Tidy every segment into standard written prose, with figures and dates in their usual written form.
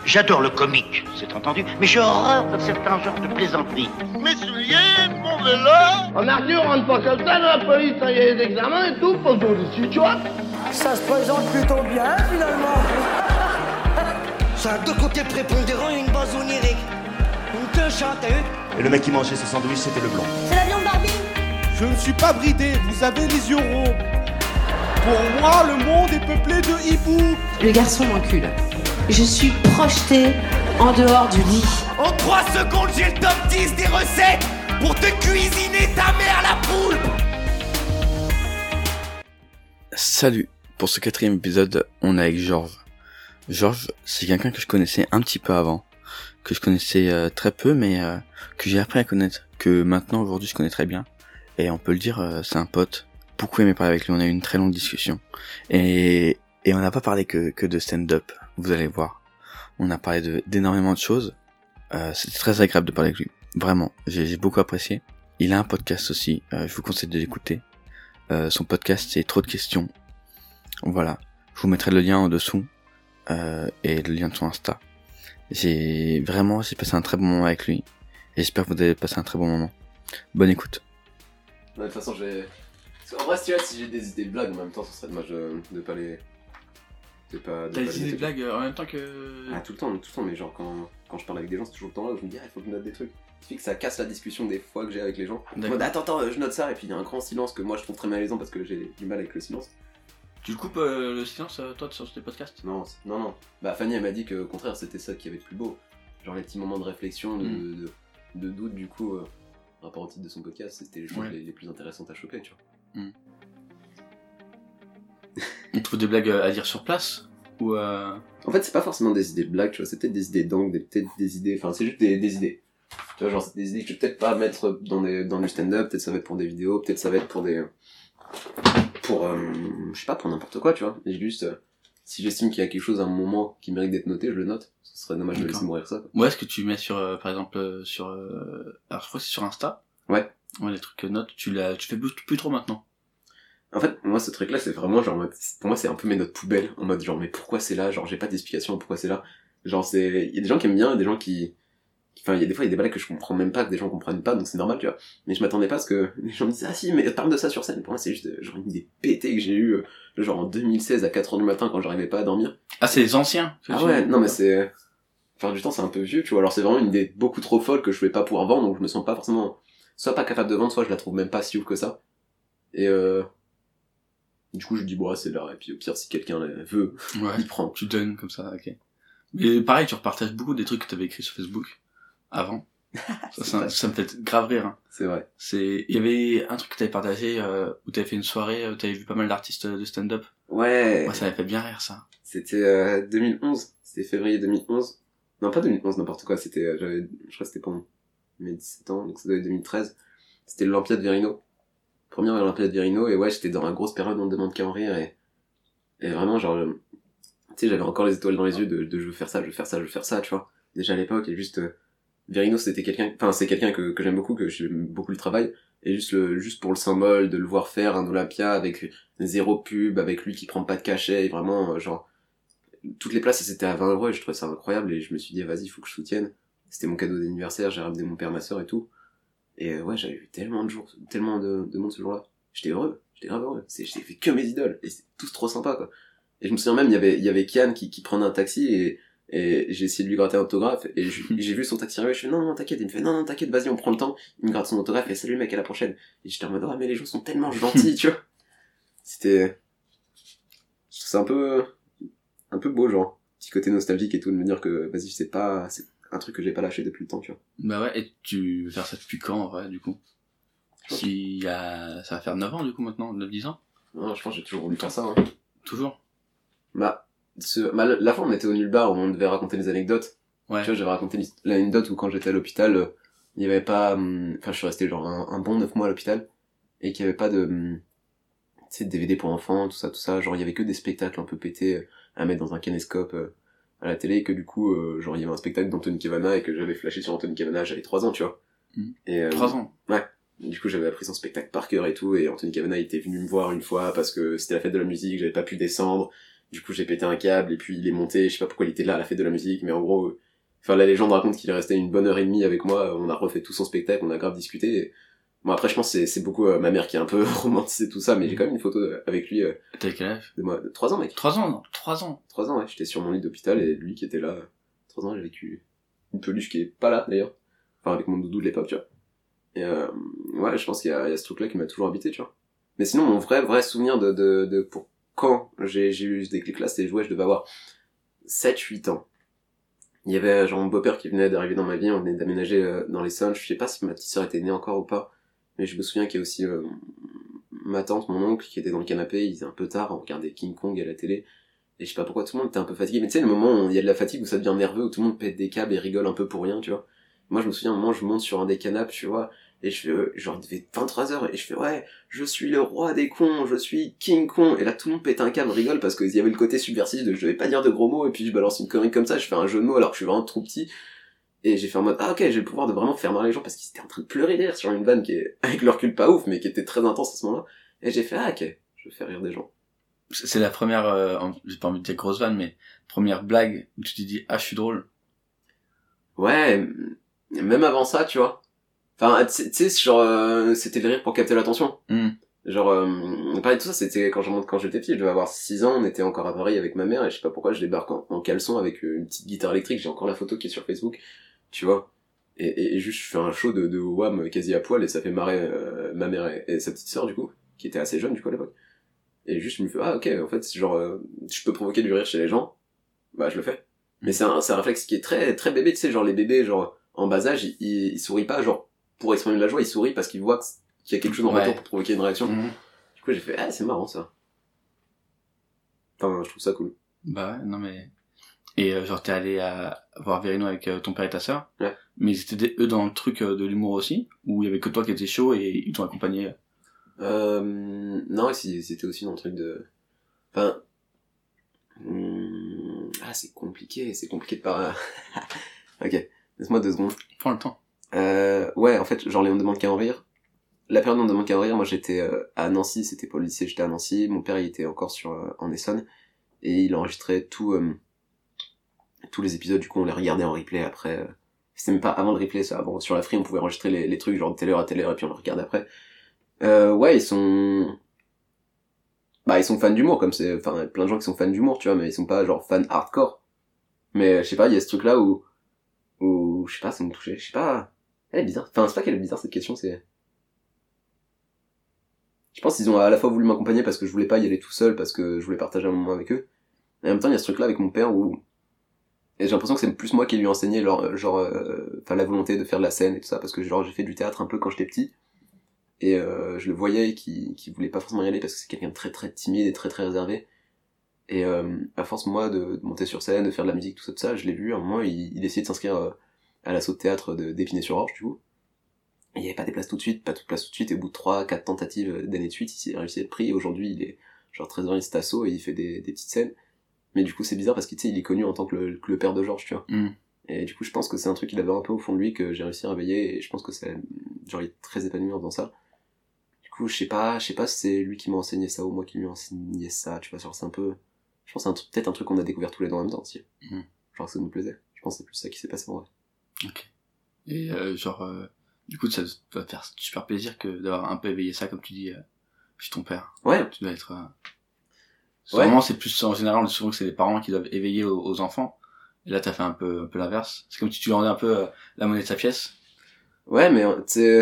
J'adore le comique, c'est entendu, mais j'ai horreur de certains genres de plaisanteries. Mes souliers, mon vélo. En Arthur, on rentre pas comme ça dans la police, il y a des examens et tout, pour tout dessus, tu vois. Ça se présente plutôt bien, finalement. Ça a deux côtés prépondérants et une base onirique. Une queue-chat, t'as vu? Et le mec qui mangeait ce sandwich, c'était le blanc. C'est la viande Barbie. Je ne suis pas bridé, vous avez les yeux ronds. Pour moi, le monde est peuplé de hiboux. Le garçon m'encule. Je suis projetée en dehors du lit. En 3 secondes, j'ai le top 10 des recettes pour te cuisiner ta mère la poule. Salut, pour ce 4e épisode, on est avec Georges. Georges, c'est quelqu'un que je connaissais un petit peu avant, que je connaissais très peu, mais que j'ai appris à connaître, que maintenant, aujourd'hui, je connais très bien. Et on peut le dire, c'est un pote. Beaucoup aimé parler avec lui, on a eu une très longue discussion. Et on n'a pas parlé que de stand-up, vous allez voir. On a parlé d'énormément de choses. C'était très agréable de parler avec lui. Vraiment, j'ai beaucoup apprécié. Il a un podcast aussi, je vous conseille de l'écouter. Son podcast, c'est Trop de questions. Voilà, je vous mettrai le lien en dessous, et le lien de son Insta. J'ai passé un très bon moment avec lui. Et j'espère que vous avez passé un très bon moment. Bonne écoute. Non, de toute façon, en vrai, si j'ai des idées de blagues, en même temps, ce serait dommage de pas les... T'as des idées de blagues en même temps que... Ah, tout le temps, mais genre quand je parle avec des gens, c'est toujours le temps là où je me dis, il faut que je note des trucs. Ce qui fait que ça casse la discussion des fois que j'ai avec les gens. Attends, je note ça, et puis il y a un grand silence que moi je trouve très malaisant parce que j'ai du mal avec le silence. Tu coupes le silence, toi, sur tes podcasts? Non. Bah, Fanny, elle m'a dit que, au contraire, c'était ça qui avait de plus beau. Genre les petits moments de réflexion, de doute, du coup, rapport au titre de son podcast, c'était les choses les plus intéressantes à choper, tu vois. On trouve des blagues à dire sur place ou En fait, c'est pas forcément des idées de blagues, tu vois, c'est peut-être des idées d'angle, peut-être des idées, enfin, c'est juste des idées. Tu vois, genre, c'est des idées que je vais peut-être pas mettre dans du stand-up, peut-être ça va être pour des vidéos, peut-être ça va être pour je sais pas, pour n'importe quoi, tu vois. Et juste, si j'estime qu'il y a quelque chose à un moment qui mérite d'être noté, je le note. Ce serait dommage de laisser mourir ça, quoi. Ouais, est-ce que tu mets par exemple, alors je crois que c'est sur Insta. Ouais. Ouais, les trucs notes, tu fais plus trop maintenant. En fait, moi, ce truc-là, c'est vraiment genre, pour moi, c'est un peu mes notes poubelles, en mode genre, mais pourquoi c'est là? Genre, j'ai pas d'explication pourquoi c'est là. Genre, il y a des gens qui aiment bien, et des gens enfin, il y a des blagues que je comprends même pas, que des gens comprennent pas, donc c'est normal, tu vois. Mais je m'attendais pas à ce que les gens me disent, ah si, mais parle de ça sur scène. Pour moi, c'est juste, genre, une idée pétée que j'ai eue, genre, en 2016 à 4h du matin quand j'arrivais pas à dormir. Ah, c'est les anciens? Ah ouais, non, mais c'est, enfin, du temps, c'est un peu vieux, tu vois. Alors, c'est vraiment une idée beaucoup trop folle que je vais pas pouvoir vendre, donc je me sens pas forcément, soit pas capable de vendre, soit je la trouve même pas si ouf que ça. Et du coup, je dis, bon, c'est là, et puis au pire, si quelqu'un veut, il prend. Tu donnes comme ça, ok. Mais pareil, tu repartages beaucoup des trucs que t'avais écrits sur Facebook, avant. ça me fait grave rire, hein. C'est vrai. Il y avait un truc que t'avais partagé, où t'avais fait une soirée, où t'avais vu pas mal d'artistes de stand-up. Ouais. Moi, ça m'avait fait bien rire, ça. C'était 2011. C'était février 2011. Non, pas 2011, n'importe quoi. C'était, je crois que c'était pendant mes 17 ans, donc ça doit être 2013. C'était l'Olympia de Verino. Première Olympia de Verino, et ouais, j'étais dans la grosse période où on ne demande qu'à en rire, et vraiment, genre, tu sais, j'avais encore les étoiles dans les yeux de je veux faire ça, tu vois. Déjà à l'époque, et juste, Verino, c'est quelqu'un que j'aime beaucoup, que j'aime beaucoup le travail, et juste pour le symbole de le voir faire un Olympia avec 0 pub, avec lui qui prend pas de cachet, et vraiment, genre, toutes les places, c'était à 20 €, et je trouvais ça incroyable, et je me suis dit, vas-y, il faut que je soutienne. C'était mon cadeau d'anniversaire, j'ai ramené mon père, ma sœur et tout. Et ouais, j'avais vu tellement de monde ce jour-là. J'étais grave heureux. J'ai fait que mes idoles, et c'était tous trop sympa, quoi. Et je me souviens même, il y avait Kian qui prenait un taxi, et j'ai essayé de lui gratter un autographe, et j'ai vu son taxi arriver, je fais non, t'inquiète, il me fait non, t'inquiète, vas-y, on prend le temps. Il me gratte son autographe, et salut mec, à la prochaine. Et j'étais en mode, mais les gens sont tellement gentils, tu vois. C'était, c'est un peu beau, genre, petit côté nostalgique et tout, de me dire que, vas-y, c'est un truc que j'ai pas lâché depuis le temps, tu vois. Bah ouais, et tu veux faire ça depuis quand, en vrai, du coup? Ça va faire 9 ans, du coup, maintenant, 9-10 ans? Non, je pense que j'ai toujours voulu faire ça, hein. Toujours? La fois, on était au nulle bar où on devait raconter des anecdotes. Ouais. Tu vois, j'avais raconté l'anecdote où quand j'étais à l'hôpital, il y avait pas, enfin, je suis resté genre un bon 9 mois à l'hôpital, et qu'il y avait pas de, tu sais, de DVD pour enfants, tout ça, genre, il y avait que des spectacles un peu pétés à mettre dans un caméscope, à la télé, et que du coup, genre, il y avait un spectacle d'Anthony Cavana, et que j'avais flashé sur Anthony Cavana, j'avais 3 ans, tu vois. Et, 3 ans? Ouais. Du coup, j'avais appris son spectacle par cœur et tout, et Anthony Cavana était venu me voir une fois parce que c'était la fête de la musique, j'avais pas pu descendre, Du coup, j'ai pété un câble, et puis il est monté, je sais pas pourquoi il était là à la fête de la musique, mais en gros, enfin, la légende raconte qu'il est resté une bonne heure et demie avec moi, on a refait tout son spectacle, on a grave discuté, et... Bon, après, je pense que c'est beaucoup ma mère qui a un peu romantisé tout ça, mais j'ai quand même une photo avec lui. T'as quel âge? De moi, 3 ans, mec. 3 ans, non? 3 ans. 3 ans, ouais. J'étais sur mon lit d'hôpital et lui qui était là. 3 ans, j'ai vécu une peluche qui est pas là, d'ailleurs. Enfin, avec mon doudou de l'époque, tu vois. Et ouais, je pense qu'il y a ce truc-là qui m'a toujours habité, tu vois. Mais sinon, mon vrai souvenir de pour quand j'ai eu ce déclic-là, c'était, ouais, je devais avoir 7-8 ans. Il y avait genre mon beau-père qui venait d'arriver dans ma vie, on venait d'aménager dans l'Essonne. Je sais pas si ma petite sœur était née encore ou pas. Mais je me souviens qu'il y a aussi ma tante, mon oncle, qui était dans le canapé, il était un peu tard, on regardait King Kong à la télé, et je sais pas pourquoi tout le monde était un peu fatigué, mais tu sais, le moment où il y a de la fatigue, où ça devient nerveux, où tout le monde pète des câbles et rigole un peu pour rien, tu vois. Moi, je me souviens, un moment, je monte sur un des canapes, tu vois, et je fais, genre, il devait 23h, et je fais, ouais, je suis le roi des cons, je suis King Kong, et là, tout le monde pète un câble, rigole, parce qu'il y avait le côté subversif de je devais pas dire de gros mots, et puis je balance une connerie comme ça, je fais un jeu de mots alors que je suis vraiment trop petit. Et j'ai fait en mode, ah ok, j'ai le pouvoir de vraiment faire marrer les gens parce qu'ils étaient en train de pleurer derrière sur une vanne qui est, avec le recul pas ouf, mais qui était très intense à ce moment-là. Et j'ai fait, ah ok, je vais faire rire des gens. C'est la première, j'ai pas envie de dire grosse vanne, mais première blague où tu t'es dit, ah je suis drôle. Ouais, même avant ça, tu vois. Enfin, tu sais, genre, c'était le rire pour capter l'attention. Genre, on parlait de tout ça, c'était quand j'étais petit, je devais avoir 6 ans, on était encore à Paris avec ma mère, et je sais pas pourquoi je débarque en caleçon avec une petite guitare électrique, j'ai encore la photo qui est sur Facebook, tu vois. Et juste, je fais un show de wham quasi à poil, et ça fait marrer ma mère et sa petite sœur, du coup, qui était assez jeune, du coup, à l'époque. Et juste, je me fais, ah ok, en fait, genre, je peux provoquer du rire chez les gens, bah je le fais. Mais c'est un réflexe qui est très très bébé, tu sais, genre les bébés, genre, en bas âge, ils sourient pas, genre, pour exprimer de la joie, ils sourient parce qu'ils voient qu'il y a quelque chose en retour pour provoquer une réaction. Du coup, j'ai fait, ah, c'est marrant, ça. Enfin, je trouve ça cool. Bah ouais, non mais... Et genre, t'es allé voir Verino avec ton père et ta sœur. Ouais. Mais ils étaient eux dans le truc de l'humour aussi? Ou il y avait que toi qui étais chaud et ils t'ont accompagné? Non, c'était aussi dans le truc de... Enfin... Ah, c'est compliqué de parler. Ok, laisse-moi 2 secondes. Prends le temps. Ouais, en fait, genre, les On ne demande qu'à en rire. La période On ne demande qu'à en rire, moi j'étais à Nancy, c'était pour le lycée, j'étais à Nancy. Mon père, il était encore en Essonne. Et il enregistrait tous les épisodes, du coup, on les regardait en replay après. C'était même pas avant le replay, ça. Avant, sur la Free, on pouvait enregistrer les trucs, genre de telle heure à telle heure, et puis on les regardait après. Ouais, ils sont fans d'humour, comme c'est, enfin, plein de gens qui sont fans d'humour, tu vois, mais ils sont pas, genre, fans hardcore. Mais, je sais pas, il y a ce truc-là où, je sais pas, ça me touchait, je sais pas, elle est bizarre. Enfin, c'est pas qu'elle est bizarre, cette question, c'est... Je pense qu'ils ont à la fois voulu m'accompagner parce que je voulais pas y aller tout seul, parce que je voulais partager un moment avec eux. Et en même temps, il y a ce truc-là avec mon père où... Et j'ai l'impression que c'est plus moi qui lui ai enseigné, la volonté de faire de la scène et tout ça, parce que genre, j'ai fait du théâtre un peu quand j'étais petit. Et je le voyais qui voulait pas forcément y aller parce que c'est quelqu'un de très très timide et très très réservé. Et à force, moi, de monter sur scène, de faire de la musique, tout ça, je l'ai vu, à un moment, il essayait de s'inscrire à l'assaut de théâtre d'Épinay-sur-Orge, du coup. Et il y avait pas de place tout de suite, et au bout de 3-4 tentatives d'années de suite, il s'est réussi à être pris, et aujourd'hui, il est genre trésorier de cet assaut, et il fait des petites scènes. Mais du coup, c'est bizarre parce qu'il, tu sais, il est connu en tant que le père de Georges, tu vois. Et du coup, je pense que c'est un truc qu'il avait un peu au fond de lui, que j'ai réussi à réveiller, et je pense que c'est, genre, il est très épanoui en faisant ça. Du coup, je sais pas si c'est lui qui m'a enseigné ça, ou moi qui lui ai enseigné ça, tu vois, genre, c'est un peu, je pense que c'est peut-être un truc qu'on a découvert tous les deux en même temps, aussi. Genre, ça nous plaisait. Je pense que c'est plus ça qui s'est passé en vrai. Ok. Et du coup, ça doit te faire super plaisir d'avoir un peu éveillé ça, comme tu dis, chez ton père. Ouais. Tu dois être... Vraiment, c'est plus, en général, on dit souvent que c'est les parents qui doivent éveiller aux enfants. Et là, t'as fait un peu l'inverse. C'est comme si tu vendais un peu la monnaie de sa pièce. Ouais, mais c'est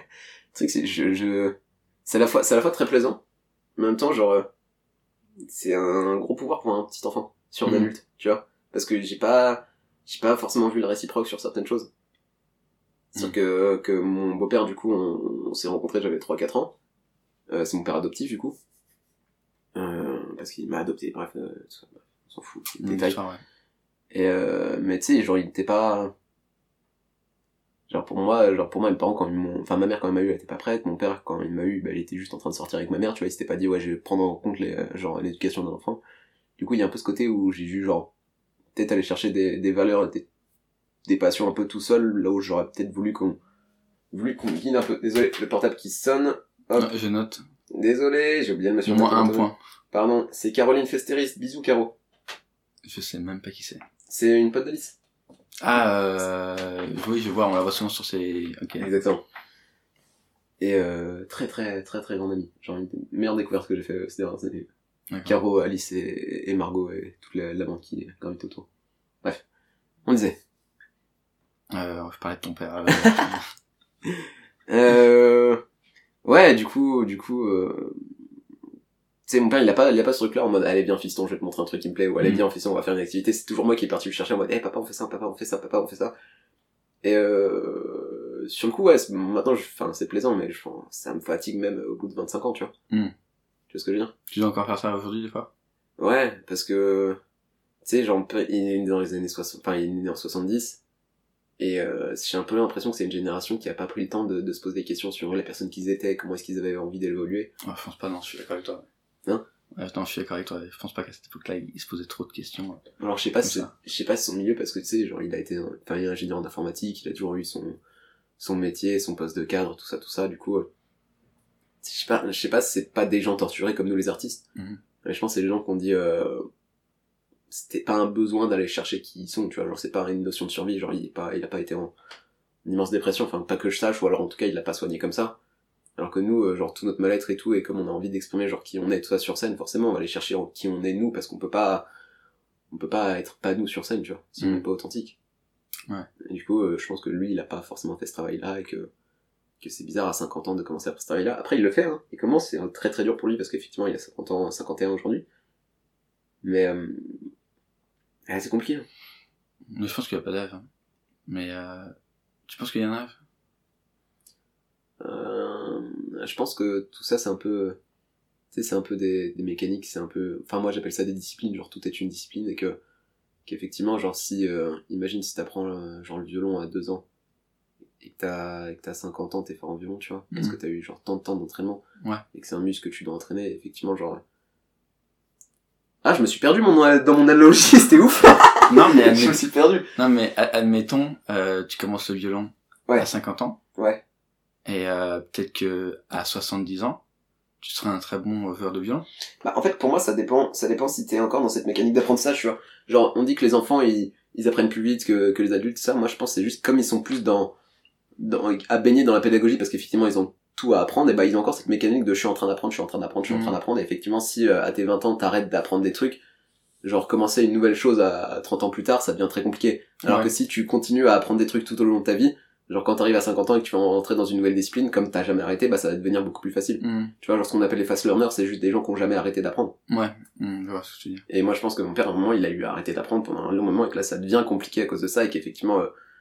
à la fois très plaisant, mais en même temps, genre, c'est un gros pouvoir pour un petit enfant sur un adulte, tu vois. Parce que j'ai pas forcément vu le réciproque sur certaines choses. C'est-à-dire que mon beau-père, du coup, on s'est rencontrés, j'avais 3-4 ans. C'est mon père adoptif, du coup. Parce qu'il m'a adopté, bref, on s'en fout, détail. Et mais tu sais, genre, il était pas... Genre pour moi, mes parents, quand ils m'ont... Enfin, ma mère, quand elle m'a eu, elle était pas prête. Mon père, quand il m'a eu, bah, il était juste en train de sortir avec ma mère, tu vois. Il s'était pas dit, ouais, je vais prendre en compte l'éducation d'un enfant. Du coup, il y a un peu ce côté où j'ai dû, genre, peut-être aller chercher des valeurs, des passions un peu tout seul, là où j'aurais peut-être voulu qu'on guide un peu. Désolé, le portable qui sonne. Hop. Je note. Désolé, j'ai oublié de me Au moins un point. Pardon, c'est Caroline Festeris. Bisous, Caro. Je sais même pas qui c'est. C'est une pote d'Alice. Oui, je vois, on la voit souvent sur ses... Ok. Exactement. Et très très très très grande amie. Genre une des meilleures découvertes que j'ai fait ces dernières années. Caro, Alice et Margot et toute la bande qui gravite autour. Bref, on disait. Je parlais de ton père. Ouais, du coup, tu sais, mon père, il a pas ce truc-là en mode, allez, viens, fiston, je vais te montrer un truc qui me plaît, ou allez, viens, fiston, on va faire une activité. C'est toujours moi qui est parti le chercher en mode, papa, on fait ça, papa, on fait ça, papa, on fait ça. Et sur le coup, ouais, maintenant, c'est plaisant, mais ça me fatigue même au bout de 25 ans, tu vois. Tu vois ce que je veux dire? Tu dois encore faire ça aujourd'hui, des fois? Ouais, parce que, tu sais, genre, il est né dans les années 60, enfin, il est né en 70, et j'ai un peu l'impression que c'est une génération qui a pas pris le temps de se poser des questions sur les personnes qu'ils étaient, comment est-ce qu'ils avaient envie d'évoluer. Ouais, je pense pas, non, je suis d'accord avec toi. Hein? Non, je suis d'accord avec toi. Je pense pas qu'à cette époque-là, il se posait trop de questions. Alors, je sais pas si c'est son milieu, parce que tu sais, genre, il est ingénieur d'informatique, il a toujours eu son métier, son poste de cadre, tout ça, du coup, je sais pas si c'est pas des gens torturés comme nous les artistes. Mais je pense que c'est les gens qui ont dit, c'était pas un besoin d'aller chercher qui ils sont, tu vois, genre, c'est pas une notion de survie, genre, il a pas été en immense dépression, enfin, pas que je sache, ou alors, en tout cas, il l'a pas soigné comme ça. Alors que nous, genre, tout notre mal-être et tout, et comme on a envie d'exprimer, genre, qui on est, tout ça sur scène, forcément, on va aller chercher qui on est nous, parce qu'on peut pas être pas nous sur scène, tu vois, si on n'est pas authentique. Ouais. Et du coup, je pense que lui, il a pas forcément fait ce travail-là, et que c'est bizarre à 50 ans de commencer à faire ce travail-là. Après, il le fait, hein. Il commence, c'est très très dur pour lui, parce qu'effectivement, il a 50 ans, 51 aujourd'hui. Mais, c'est compliqué, hein. Mais je pense qu'il y a pas d'âge, hein. Mais, tu penses qu'il y a un âge? Je pense que tout ça, c'est un peu, tu sais, c'est un peu des mécaniques, c'est un peu, enfin, moi, j'appelle ça des disciplines, genre, tout est une discipline, et qu'effectivement, genre, imagine si t'apprends, genre, le violon à 2 ans, et que t'as 50 ans, t'es fort en violon, tu vois, parce que t'as eu, genre, tant de temps d'entraînement, et que c'est un muscle que tu dois entraîner, et effectivement, genre, je me suis perdu dans mon analogie, c'était ouf! Non, mais je me suis perdu. Non, mais admettons, tu commences le violon à 50 ans. Ouais. Et peut-être que à 70 ans, tu seras un très bon joueur de violon. Bah, en fait, pour moi, ça dépend si t'es encore dans cette mécanique d'apprentissage, tu vois. Genre, on dit que les enfants, ils apprennent plus vite que les adultes, ça. Moi, je pense que c'est juste comme ils sont plus à baigner dans la pédagogie, parce qu'effectivement, ils ont tout à apprendre, et bah, ils ont encore cette mécanique de je suis en train d'apprendre, et effectivement, si à tes 20 ans, t'arrêtes d'apprendre des trucs, genre, commencer une nouvelle chose à 30 ans plus tard, ça devient très compliqué. Alors que si tu continues à apprendre des trucs tout au long de ta vie, genre quand t'arrives à 50 ans et que tu vas rentrer dans une nouvelle discipline, comme t'as jamais arrêté, bah ça va devenir beaucoup plus facile. Tu vois, genre ce qu'on appelle les fast learners, c'est juste des gens qui ont jamais arrêté d'apprendre. Ouais, je vois ce que tu dis. Et moi je pense que mon père à un moment il a eu arrêté d'apprendre pendant un long moment et que là ça devient compliqué à cause de ça et qu'effectivement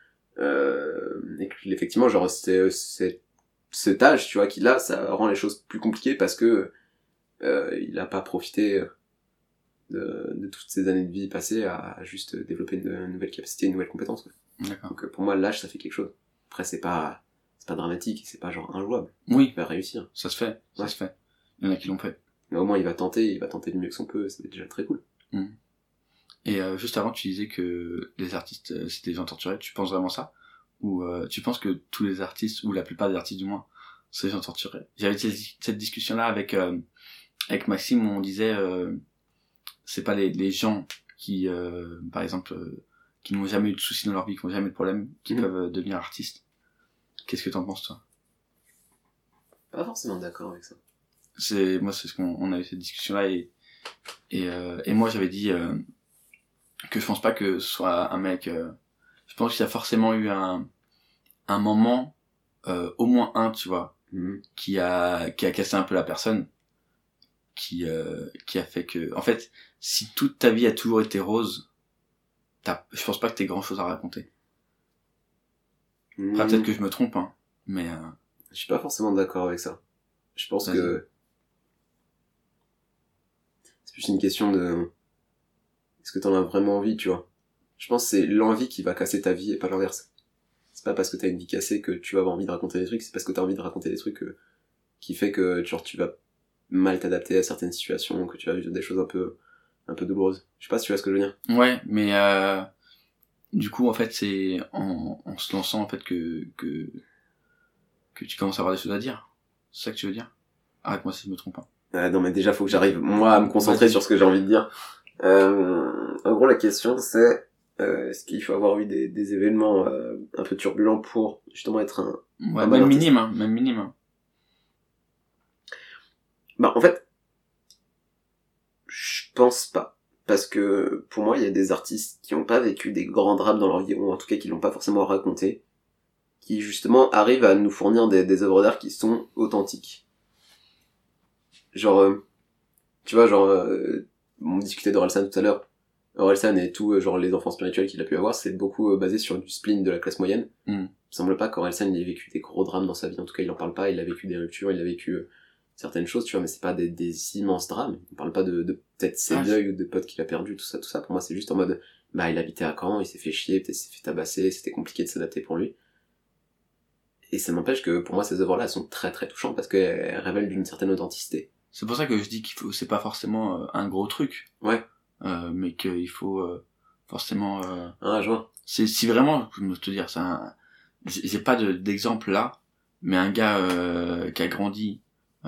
genre cet âge, tu vois, qu'il a, ça rend les choses plus compliquées parce que il a pas profité de toutes ces années de vie passées à juste développer une nouvelle capacité, une nouvelle compétence, quoi. D'accord. Donc pour moi l'âge ça fait quelque chose. Après c'est pas dramatique, c'est pas genre injouable. Oui. Il va réussir. Ça se fait. Il y en a qui l'ont fait. Mais au moins il va tenter du mieux que son peut, c'est déjà très cool. Et juste avant tu disais que les artistes c'était des gens torturés, tu penses vraiment ça? Ou tu penses que tous les artistes, ou la plupart des artistes du moins, c'est des gens torturés? J'avais cette discussion là avec Maxime où on disait c'est pas les gens qui par exemple qui n'ont jamais eu de soucis dans leur vie, qui n'ont jamais eu de problème, qui peuvent devenir artistes. Qu'est-ce que t'en penses, toi? Pas forcément d'accord avec ça. C'est ce qu'on a eu cette discussion-là et moi j'avais dit que je pense pas que ce soit un mec. Je pense qu'il y a forcément eu un moment, au moins un, tu vois, qui a cassé un peu la personne, qui a fait que, en fait, si toute ta vie a toujours été rose, je pense pas que t'aies grand chose à raconter. Après, peut-être que je me trompe, hein, mais je suis pas forcément d'accord avec ça. Je pense que c'est plus une question de est-ce que t'en as vraiment envie, tu vois. Je pense que c'est l'envie qui va casser ta vie et pas l'inverse. C'est pas parce que t'as une vie cassée que tu vas avoir envie de raconter des trucs, c'est parce que t'as envie de raconter des trucs qui fait que genre tu vas mal t'adapter à certaines situations, que tu vas vivre des choses un peu douloureuses. Je sais pas si tu vois ce que je veux dire. Ouais, mais du coup en fait c'est en se lançant en fait que tu commences à avoir des choses à dire. C'est ça que tu veux dire? Arrête-moi si je me trompe pas. Non, mais déjà, faut que j'arrive, moi, à me concentrer sur ce que j'ai envie de dire. En gros, la question, c'est, est-ce qu'il faut avoir eu des événements un peu turbulents pour, justement, être un même minime. Bah, en fait, je pense pas. Parce que, pour moi, il y a des artistes qui ont pas vécu des grands drames dans leur vie, ou en tout cas qui l'ont pas forcément raconté, qui, justement, arrivent à nous fournir des œuvres d'art qui sont authentiques. Genre, tu vois, genre, on discutait d'Orelsan tout à l'heure. Orelsan et tout, genre, les enfants spirituels qu'il a pu avoir, c'est beaucoup basé sur du spleen de la classe moyenne. Il me semble pas qu'Orelsan, il ait vécu des gros drames dans sa vie. En tout cas, il en parle pas. Il a vécu des ruptures, il a vécu certaines choses, tu vois, mais c'est pas des immenses drames. On parle pas de peut-être ses deuils ou de potes qu'il a perdus, tout ça. Pour moi, c'est juste en mode, bah, il habitait à Caen, il s'est fait chier, peut-être il s'est fait tabasser, c'était compliqué de s'adapter pour lui. Et ça n'empêche que, pour moi, ces œuvres-là sont très très touchantes parce qu'elles révèlent d'une certaine authenticité. C'est pour ça que je dis c'est pas forcément un gros truc. Ouais. Mais qu'il faut forcément. Je vois. Si vraiment, je peux te dire, j'ai pas d'exemple là, mais un gars qui a grandi,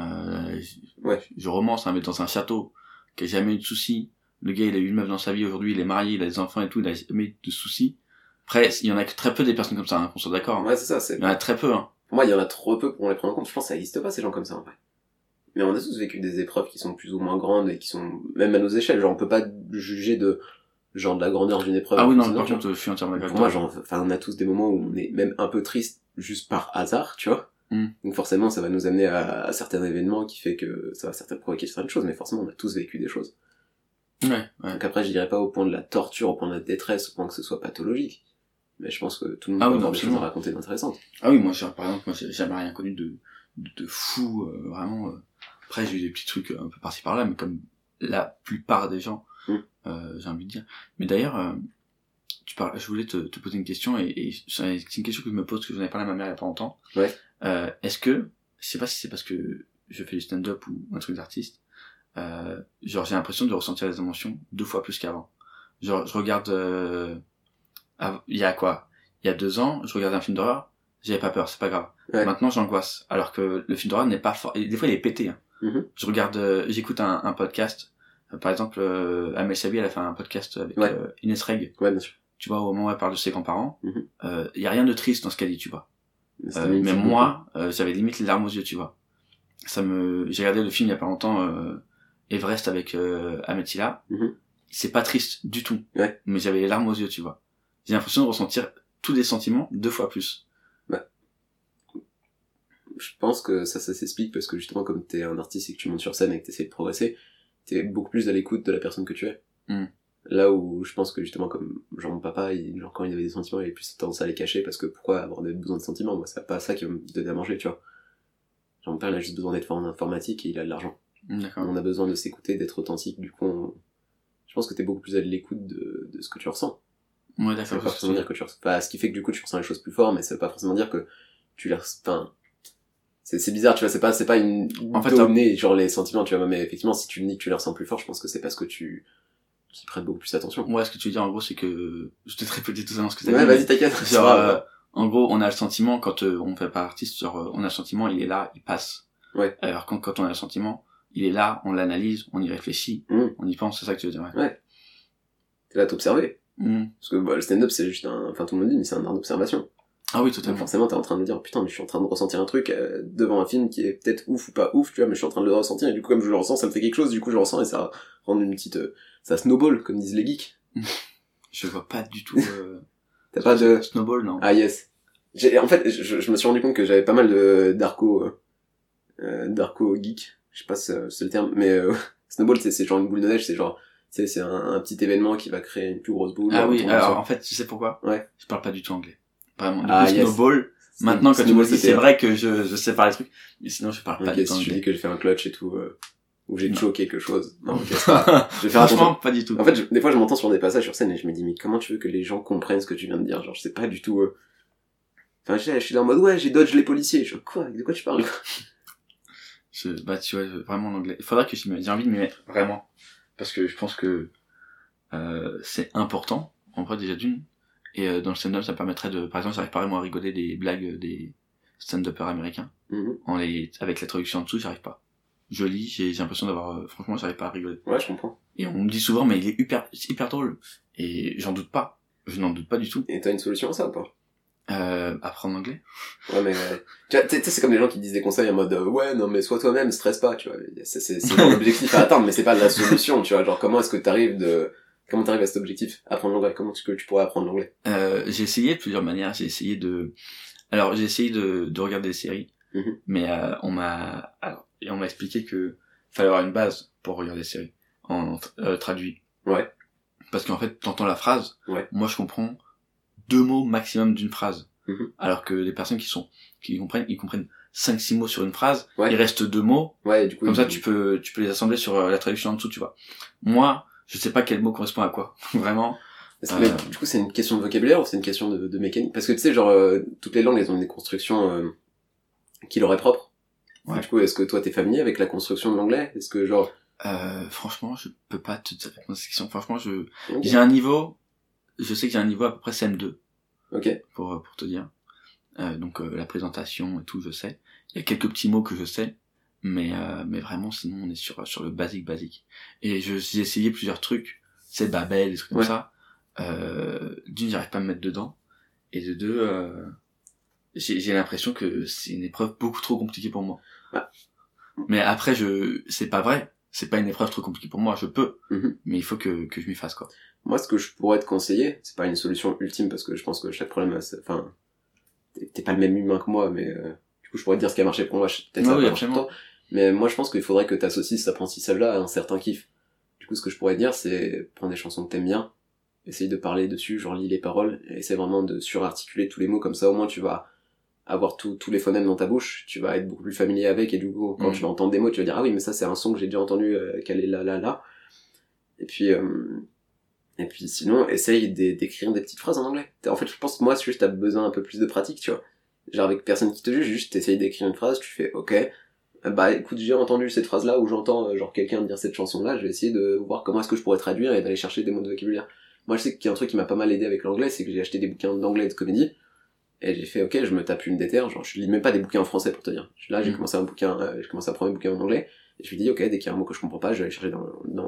je romance, mais dans un château, qui a jamais eu de soucis. Le gars, il a eu une meuf dans sa vie, aujourd'hui, il est marié, il a des enfants et tout, il a jamais eu de soucis. Après, il y en a que très peu des personnes comme ça, qu'on soit d'accord. Ouais, c'est ça. Il y en a très peu. Pour moi, il y en a trop peu pour les prendre en compte. Je pense que ça existe pas, ces gens comme ça, en vrai. Mais on a tous vécu des épreuves qui sont plus ou moins grandes et qui sont même à nos échelles. Genre, on peut pas juger de la grandeur d'une épreuve. Ah oui, non, par contre, je suis entièrement d'accord. Pour moi, on a tous des moments où on est même un peu triste juste par hasard, tu vois. Donc forcément, ça va nous amener à certains événements qui fait que ça va provoquer certaines choses, mais forcément, on a tous vécu des choses. Ouais. Donc après, je dirais pas au point de la torture, au point de la détresse, au point que ce soit pathologique. Mais je pense que tout le monde peut avoir des choses à raconter d'intéressantes. Ah oui, par exemple, j'ai jamais rien connu de fou, vraiment. Après, j'ai eu des petits trucs un peu par-ci par-là, mais comme la plupart des gens, j'ai envie de dire. Mais d'ailleurs, je voulais te poser une question, et c'est une question que je me pose, que j'en ai parlé à ma mère il y a pas longtemps. Ouais. Est-ce que, je sais pas si c'est parce que je fais du stand-up ou un truc d'artiste, genre j'ai l'impression de ressentir les émotions 2 fois plus qu'avant. Genre, je regarde, il y a 2 ans, je regardais un film d'horreur, j'avais pas peur, c'est pas grave. Ouais. Maintenant, j'angoisse. Alors que le film d'horreur n'est pas fort, des fois il est pété, hein. Je regarde, j'écoute un podcast, par exemple, Amel Chabi, elle a fait un podcast avec Inès Reg. Ouais, bien sûr. Tu vois, au moment où elle parle de ses grands-parents, y a rien de triste dans ce qu'elle dit, tu vois. Mais moi, j'avais limite les larmes aux yeux, tu vois. J'ai regardé le film il y a pas longtemps, Everest avec Ametila. C'est pas triste du tout. Ouais. Mais j'avais les larmes aux yeux, tu vois. J'ai l'impression de ressentir tous les sentiments 2 fois plus. Je pense que ça s'explique parce que justement, comme t'es un artiste et que tu montes sur scène et que t'essaies de progresser, t'es beaucoup plus à l'écoute de la personne que tu es. Là où je pense que justement, comme genre mon papa, quand il avait des sentiments, il avait plus tendance à les cacher parce que pourquoi avoir besoin de sentiments? Moi, c'est pas ça qui va me donner à manger, tu vois. Genre mon père, il a juste besoin d'être fort en informatique et il a de l'argent. D'accord. On a besoin de s'écouter, d'être authentique, du coup, je pense que t'es beaucoup plus à l'écoute de ce que tu ressens. Ouais, d'accord. Ça veut pas forcément dire que tu ressens, ce qui fait que du coup tu ressens les choses plus fort, mais ça veut pas forcément dire que tu les ressens, c'est bizarre, tu vois, c'est pas une donnée, genre les sentiments, tu vois, mais effectivement, si tu me dis que tu les ressens plus fort, je pense que c'est parce que tu prêtes beaucoup plus attention. Ouais, ce que tu veux dire, en gros, c'est que, je te répéter tout ça dans ce que t'as dit. Ouais, vas-y, t'inquiète. Genre, en gros, on a le sentiment, quand on fait pas artiste, genre, on a le sentiment, il est là, il passe. Ouais. Alors, quand on a le sentiment, il est là, on l'analyse, on y réfléchit, on y pense, c'est ça que tu veux dire, ouais. T'es là à t'observer. Parce que, le stand-up, c'est juste tout le monde dit, mais c'est un art d'observation. Ah oui, totalement. Donc forcément, t'es en train de me dire, putain, mais je suis en train de ressentir un truc devant un film qui est peut-être ouf ou pas ouf, tu vois, mais je suis en train de le ressentir, et du coup, comme je le ressens, ça me fait quelque chose, du coup, je le ressens, et ça rend une petite, ça snowball, comme disent les geeks. Je vois pas du tout, T'as pas de... Snowball, non. Ah, yes. En fait, je me suis rendu compte que j'avais pas mal d'arco geek. Je sais pas si c'est le terme, mais, snowball, c'est genre une boule de neige, c'est genre, c'est un petit événement qui va créer une plus grosse boule. Ah oui, alors, en fait, tu sais pourquoi? Ouais. Je parle pas du tout anglais. Vraiment. Snowball. Maintenant, quand tu me dis, c'est vrai que je sais parler des trucs, mais sinon, je parle pas du tout anglais. Si je dis que j'ai fait un clutch et tout, ou j'ai choqué quelque chose. Non, je vais faire franchement, pas du tout. En fait, des fois, je m'entends sur des passages sur scène et je me dis, mais comment tu veux que les gens comprennent ce que tu viens de dire? Genre, je sais pas du tout, Enfin, je suis là en mode, ouais, j'ai dodge les policiers. Je quoi? De quoi tu parles? Tu vois, vraiment l'anglais. Il faudra que j'ai envie de m'y mettre, vraiment. Parce que je pense que, c'est important, en vrai, déjà d'une. Et dans le stand-up, ça permettrait de... Par exemple, j'arrive pas vraiment à rigoler des blagues des stand-uppers américains. Avec la traduction en dessous, j'arrive pas. je lis, j'ai l'impression d'avoir, franchement, j'arrive pas à rigoler. Ouais, je comprends. Et on me dit souvent, mais il est hyper drôle. Et j'en doute pas. Je n'en doute pas du tout. Et t'as une solution à ça ou pas? Apprendre l'anglais. Ouais, mais tu sais, c'est comme les gens qui disent des conseils en mode ouais, non, mais sois toi-même, stresse pas, tu vois. C'est l'objectif à atteindre, mais c'est pas la solution, tu vois. Genre, comment t'arrives à cet objectif? Apprendre l'anglais. Comment est-ce que tu pourrais apprendre l'anglais? J'ai essayé de plusieurs manières. J'ai essayé de regarder des séries. Mais on m'a expliqué que fallait avoir une base pour regarder des séries en traduit. Ouais. Parce qu'en fait, t'entends la phrase. Ouais. Moi, je comprends 2 mots maximum d'une phrase. Alors que les personnes qui comprennent, ils comprennent 5-6 mots sur une phrase. Ouais. Il reste 2 mots. Ouais, du coup. Comme ça, tu peux les assembler sur la traduction en dessous, tu vois. Moi, je sais pas quel mot correspond à quoi. Vraiment. Mais du coup, c'est une question de vocabulaire ou c'est une question de mécanique? Parce que tu sais, genre, toutes les langues, elles ont des constructions, qui leur est propre. Ouais. Du coup, est-ce que toi, t'es familier avec la construction de l'anglais? Est-ce que genre... franchement, je peux pas te dire cette question. Franchement, j'ai un niveau, je sais que j'ai un niveau à peu près CM2. Ok. Pour te dire. Donc, la présentation et tout, je sais. Il y a quelques petits mots que je sais. Mais vraiment, sinon, on est sur le basique. Et j'ai essayé plusieurs trucs. C'est Babel, des trucs comme ça. D'une, j'arrive pas à me mettre dedans. Et de deux, j'ai l'impression que c'est une épreuve beaucoup trop compliquée pour moi. Ouais. Mais après, c'est pas vrai. C'est pas une épreuve trop compliquée pour moi. Je peux. Mais il faut que je m'y fasse, quoi. Moi, ce que je pourrais te conseiller, c'est pas une solution ultime parce que je pense que chaque problème enfin, t'es pas le même humain que moi, mais, du coup, je pourrais te dire ce qui a marché pour moi, peut-être ça va marcher pour toi. Mais moi, je pense qu'il faudrait que t'associes cet apprentissage-là à un certain kiff. Du coup, ce que je pourrais te dire, c'est prendre des chansons que t'aimes bien, essayer de parler dessus, genre lis les paroles, et essayer vraiment de surarticuler tous les mots, comme ça, au moins, tu vas avoir tous les phonèmes dans ta bouche, tu vas être beaucoup plus familier avec, et du coup, quand tu vas entendre des mots, tu vas dire, ah oui, mais ça, c'est un son que j'ai déjà entendu, qu'elle est là. Et puis sinon, essaye d'écrire des petites phrases en anglais. En fait, je pense que moi, juste t'as besoin un peu plus de pratique, tu vois. Genre avec personne qui te juge, juste t'essayes d'écrire une phrase, tu fais, ok, bah écoute, j'ai entendu cette phrase-là, ou j'entends genre quelqu'un dire cette chanson-là, je vais essayer de voir comment est-ce que je pourrais traduire et d'aller chercher des mots de vocabulaire. Moi, je sais qu'il y a un truc qui m'a pas mal aidé avec l'anglais, c'est que j'ai acheté des bouquins d'anglais et de comédie, et j'ai fait, ok, je me tape une déterre, genre je lis même pas des bouquins en français pour te dire. Là, j'ai commencé à prendre un bouquin en anglais, et je me dis, ok, dès qu'il y a un mot que je comprends pas, je vais aller chercher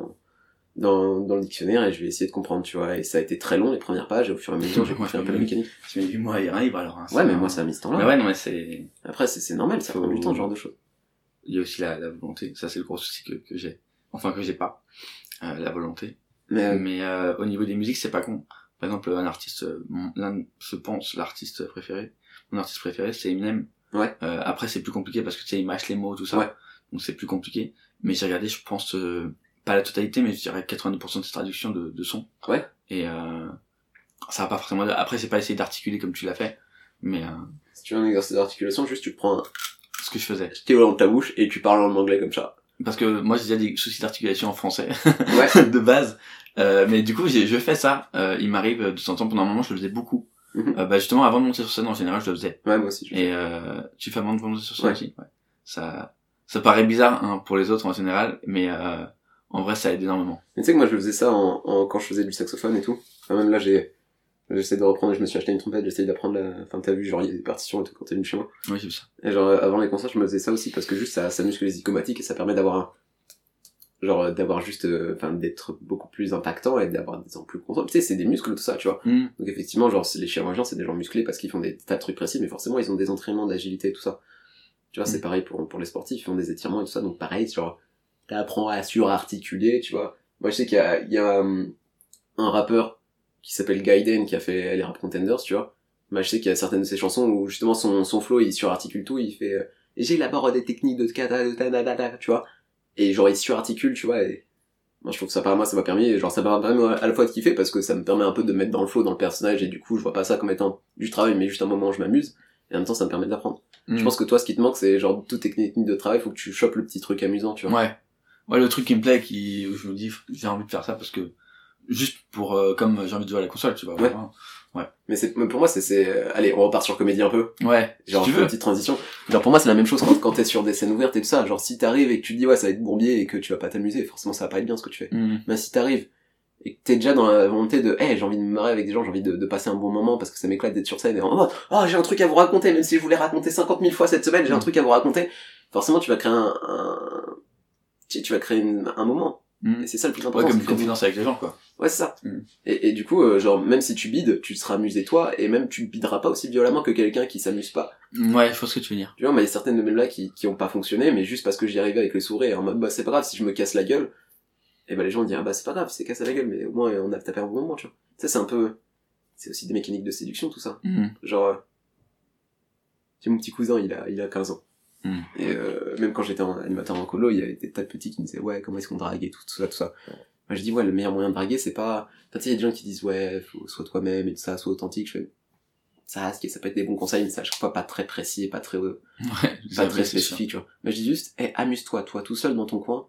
dans le dictionnaire et je vais essayer de comprendre, tu vois. Et ça a été très long les premières pages, et au fur et à mesure j'ai compris un peu la mécanique. Tu mets du mois à lire un livre alors. Hein, ouais, mais moi ça a mis ce temps-là. Mais ouais, non mais c'est... Après c'est normal, ça prend du temps ce genre de choses. Il y a aussi la volonté, ça c'est le gros souci que j'ai. Enfin que j'ai pas. La volonté. Mais au niveau des musiques c'est pas con. Par exemple un artiste, je pense l'artiste préféré, mon artiste préféré c'est Eminem. Ouais. Après c'est plus compliqué parce que tu sais il mâche les mots tout ça. Ouais. Donc c'est plus compliqué. Mais j'ai regardé je pense... pas la totalité, mais je dirais 90% de ces traductions de sons. Ouais. Et ça va pas forcément... Après, c'est pas essayer d'articuler comme tu l'as fait, mais... Si tu veux un exercice d'articulation, juste tu prends ce que je faisais. Tu t'es dans ta bouche et tu parles en anglais comme ça. Parce que moi, j'ai déjà des soucis d'articulation en français. Ouais. De base. Mais du coup, je fais ça. Il m'arrive de temps en temps, pendant un moment, je le faisais beaucoup. Bah justement, avant de monter sur scène, en général, je le faisais. Ouais, moi aussi. Et tu fais avant de monter sur scène aussi. Ouais. Ça paraît bizarre hein, pour les autres en général, mais... en vrai, ça aide énormément. Mais tu sais que moi, je faisais ça quand je faisais du saxophone et tout. Enfin, même là, j'essaie de reprendre, je me suis acheté une trompette, j'essaie d'apprendre enfin, t'as vu, genre, il y a des partitions et tout quand t'es venu chez moi. Oui, j'ai vu ça. Et genre, avant les concerts, je me faisais ça aussi parce que juste, ça muscle les zygomatiques et ça permet d'avoir juste, d'être beaucoup plus impactant et d'avoir des sons plus contrôles. Tu sais, c'est des muscles, tout ça, tu vois. Donc effectivement, genre, les chirurgiens, c'est des gens musclés parce qu'ils font des tas de trucs précis, mais forcément, ils ont des entraînements d'agilité et tout ça. Tu vois, c'est pareil pour les sportifs, ils font des étirements et tout ça, donc pareil, genre, t'apprends à surarticuler, tu vois. Moi, je sais qu'il y a un rappeur qui s'appelle Gaiden qui a fait les Rap Contenders, tu vois. Moi, je sais qu'il y a certaines de ses chansons où, justement, son flow, il surarticule tout, il fait, j'élabore des techniques de kata, tu vois. Et genre, il surarticule, tu vois, et moi, je trouve que ça m'a permis, genre, ça m'a permis à la fois de kiffer parce que ça me permet un peu de me mettre dans le flow, dans le personnage, et du coup, je vois pas ça comme étant du travail, mais juste un moment où je m'amuse. Et en même temps, ça me permet d'apprendre. Je pense que toi, ce qui te manque, c'est genre, toutes tes techniques de travail, faut que tu chopes le petit truc amusant, tu vois. Ouais, le truc qui me plaît, où je me dis, j'ai envie de faire ça parce que, juste pour, comme j'ai envie de jouer à la console, tu vois. Ouais. Vraiment. Ouais. Mais pour moi, allez, on repart sur comédie un peu. Ouais. Genre, si tu veux. Une petite transition. Genre, pour moi, c'est la même chose quand t'es sur des scènes ouvertes et tout ça. Genre, si t'arrives et que tu te dis, ouais, ça va être bourbier et que tu vas pas t'amuser, forcément, ça va pas être bien ce que tu fais. Mais si t'arrives et que t'es déjà dans la volonté de, j'ai envie de me marrer avec des gens, j'ai envie de passer un bon moment parce que ça m'éclate d'être sur scène et j'ai un truc à vous raconter, même si je voulais raconter 50 000 fois cette semaine, j'ai un truc à vous raconter. Forcément, tu vas créer tu vas créer un moment. Et c'est ça le plus important. Ouais, comme une confidence avec les gens, quoi. Ouais, c'est ça. Et du coup, genre, même si tu bides, tu seras amusé toi, et même tu bideras pas aussi violemment que quelqu'un qui s'amuse pas. Ouais, je vois ce que tu veux dire. Tu vois, mais il y a certaines de mes blagues qui ont pas fonctionné, mais juste parce que j'y arrivais avec le sourire, en mode, bah, c'est pas grave, si je me casse la gueule, et bah, les gens diront, bah, c'est pas grave, c'est cassé la gueule, mais au moins, on a tapé un bon moment, tu vois. Ça, c'est un peu, c'est aussi des mécaniques de séduction, tout ça. Genre, tu sais, mon petit cousin, il a 15 ans. Et même quand j'étais animateur en colo, il y avait des tas de petits qui me disaient ouais, comment est-ce qu'on drague et tout ça. Moi je dis ouais, le meilleur moyen de draguer c'est pas, tu sais, il y a des gens qui disent ouais, faut sois toi-même et tout ça, sois authentique. Je fais ça peut être des bons conseils, mais ça à chaque fois pas très précis et pas très pas très spécifique, tu vois. Mais je dis juste amuse-toi, toi tout seul dans ton coin.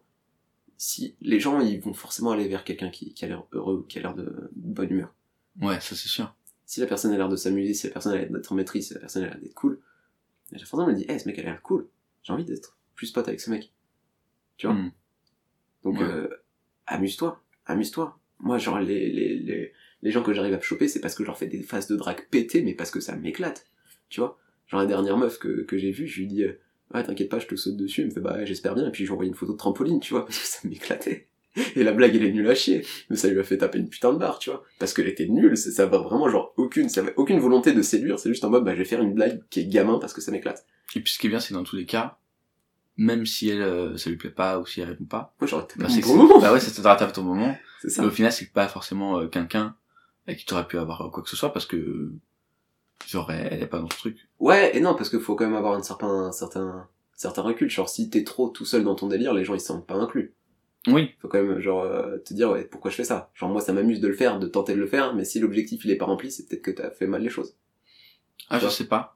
Si les gens ils vont forcément aller vers quelqu'un qui a l'air heureux, qui a l'air de bonne humeur. Ouais, ça c'est sûr. Si la personne a l'air de s'amuser, si la personne a l'air d'être en maîtrise, si la personne a l'air d'être cool, la personne me dit ce mec a l'air cool, j'ai envie d'être plus pote avec ce mec, tu vois. Donc amuse-toi. Moi genre les gens que j'arrive à choper, c'est parce que je leur fais des phases de drague pétées, mais parce que ça m'éclate, tu vois. Genre la dernière meuf que j'ai vue, je lui dis ouais t'inquiète pas, je te saute dessus. Elle me fait bah j'espère bien, et puis j'ai envoyé une photo de trampoline, tu vois, parce que ça m'éclatait. Et la blague elle est nulle à chier, mais ça lui a fait taper une putain de barre, tu vois, parce qu'elle était nulle. Ça va vraiment genre ça avait aucune volonté de séduire, c'est juste en mode bah je vais faire une blague qui est gamin parce que ça m'éclate. Et puis ce qui est bien, c'est que dans tous les cas, même si elle ça lui plaît pas ou si elle répond pas, moi j'aurais tapé ton moment. Bah ouais, ça t'aura tapé ton moment. C'est ça. Et au final, c'est pas forcément quelqu'un avec qui t'aurais pu avoir quoi que ce soit, parce que genre elle est pas dans ce truc. Ouais, et non, parce que faut quand même avoir un certain recul. Genre si t'es trop tout seul dans ton délire, les gens ils se sentent pas inclus. Oui. Faut quand même genre te dire ouais pourquoi je fais ça. Genre moi ça m'amuse de le faire, de tenter de le faire, mais si l'objectif il est pas rempli, c'est peut-être que t'as fait mal les choses. Ah je sais pas.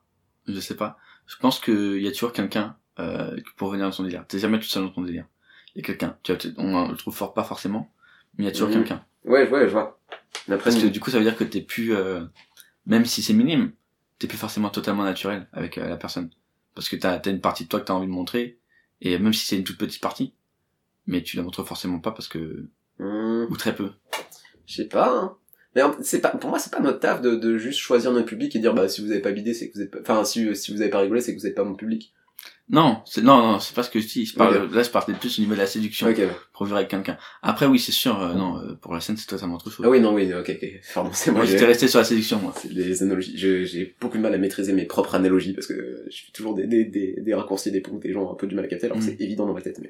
Je pense que y a toujours quelqu'un pour venir dans ton délire. T'es jamais tout seul dans ton délire. Il y a quelqu'un. On le trouve pas forcément, mais il y a toujours quelqu'un. Ouais, je vois. Parce que du coup ça veut dire que t'es plus même si c'est minime, t'es plus forcément totalement naturel avec la personne. Parce que t'as une partie de toi que t'as envie de montrer, et même si c'est une toute petite partie, mais tu la montres forcément pas parce que ou très peu. Je sais pas. Hein. Mais c'est pas, pour moi c'est pas notre taf de juste choisir notre public et dire bah si vous avez pas bidé c'est que vous êtes pas, enfin si vous avez pas rigolé c'est que vous êtes pas mon public. Non, c'est pas ce que je dis. Je parle plus au niveau de la séduction. Pour vivre avec quelqu'un. Après oui, c'est sûr, non, pour la scène c'est totalement autre chose. Ah oui, non, oui, ok. Pardon, c'est moi. J'étais resté sur la séduction, moi. C'est les analogies. J'ai beaucoup de mal à maîtriser mes propres analogies parce que je fais toujours des raccourcis, des ponts, des gens ont un peu du mal à capter alors que c'est évident dans ma tête,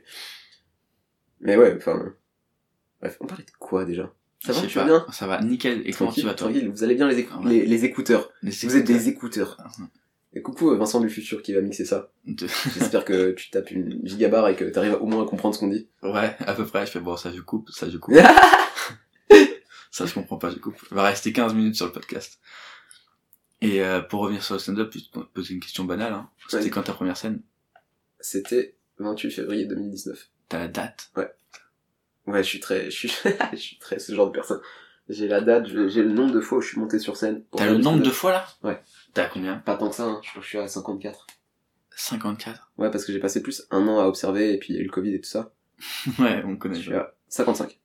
mais ouais, enfin, bref, on parlait de quoi déjà? Ça va, tu vas bien? Ça va, nickel. Et comment tu vas, toi? Tranquille, vous allez bien les écouteurs. Vous êtes des écouteurs. Et coucou Vincent du futur qui va mixer ça. J'espère que tu tapes une gigabarre et que t'arrives au moins à comprendre ce qu'on dit. Ouais, à peu près. Je fais bon, ça je coupe. Ça je comprends pas, je coupe. On va rester 15 minutes sur le podcast. Et pour revenir sur le stand-up, je vais te poser une question banale. Hein. C'était quand ta première scène? C'était 28 février 2019. T'as la date? Ouais, je suis très ce genre de personne. J'ai la date, j'ai le nombre de fois où je suis monté sur scène. T'as le nombre de fois là? Ouais. T'as combien? Pas tant que ça, hein. Je crois que je suis à 54. 54? Ouais, parce que j'ai passé plus un an à observer et puis il y a eu le Covid et tout ça. Ouais, on connaît. Je suis à 55.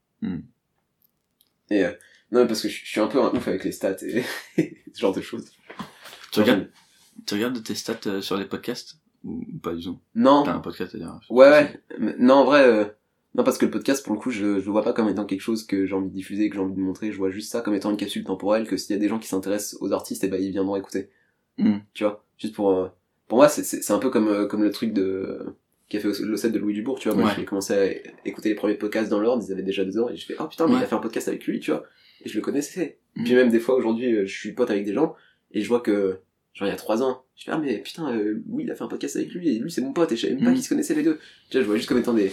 Et non, parce que je suis un peu un ouf avec les stats et ce genre de choses. Tu regardes tes stats sur les podcasts? Ou pas du tout? Non. T'as un podcast à dire? Ouais. Non, en vrai, non, parce que le podcast, pour le coup, je le vois pas comme étant quelque chose que j'ai envie de diffuser, que j'ai envie de montrer. Je vois juste ça comme étant une capsule temporelle, que s'il y a des gens qui s'intéressent aux artistes, ils viendront écouter. Tu vois? Juste pour moi, c'est un peu comme le truc qui a fait le set de Louis Dubourg, tu vois. Moi, j'ai commencé à écouter les premiers podcasts dans l'ordre, ils avaient déjà 2 ans, et je fais, oh putain, mais il a fait un podcast avec lui, tu vois. Et je le connaissais. Puis même des fois, aujourd'hui, je suis pote avec des gens, et je vois que, genre, il y a 3 ans, je fais, ah, mais putain, Louis, il a fait un podcast avec lui, et lui, c'est mon pote, et je savais même pas qu'ils se connaissaient les deux. Tu vois, je vois juste comme étant des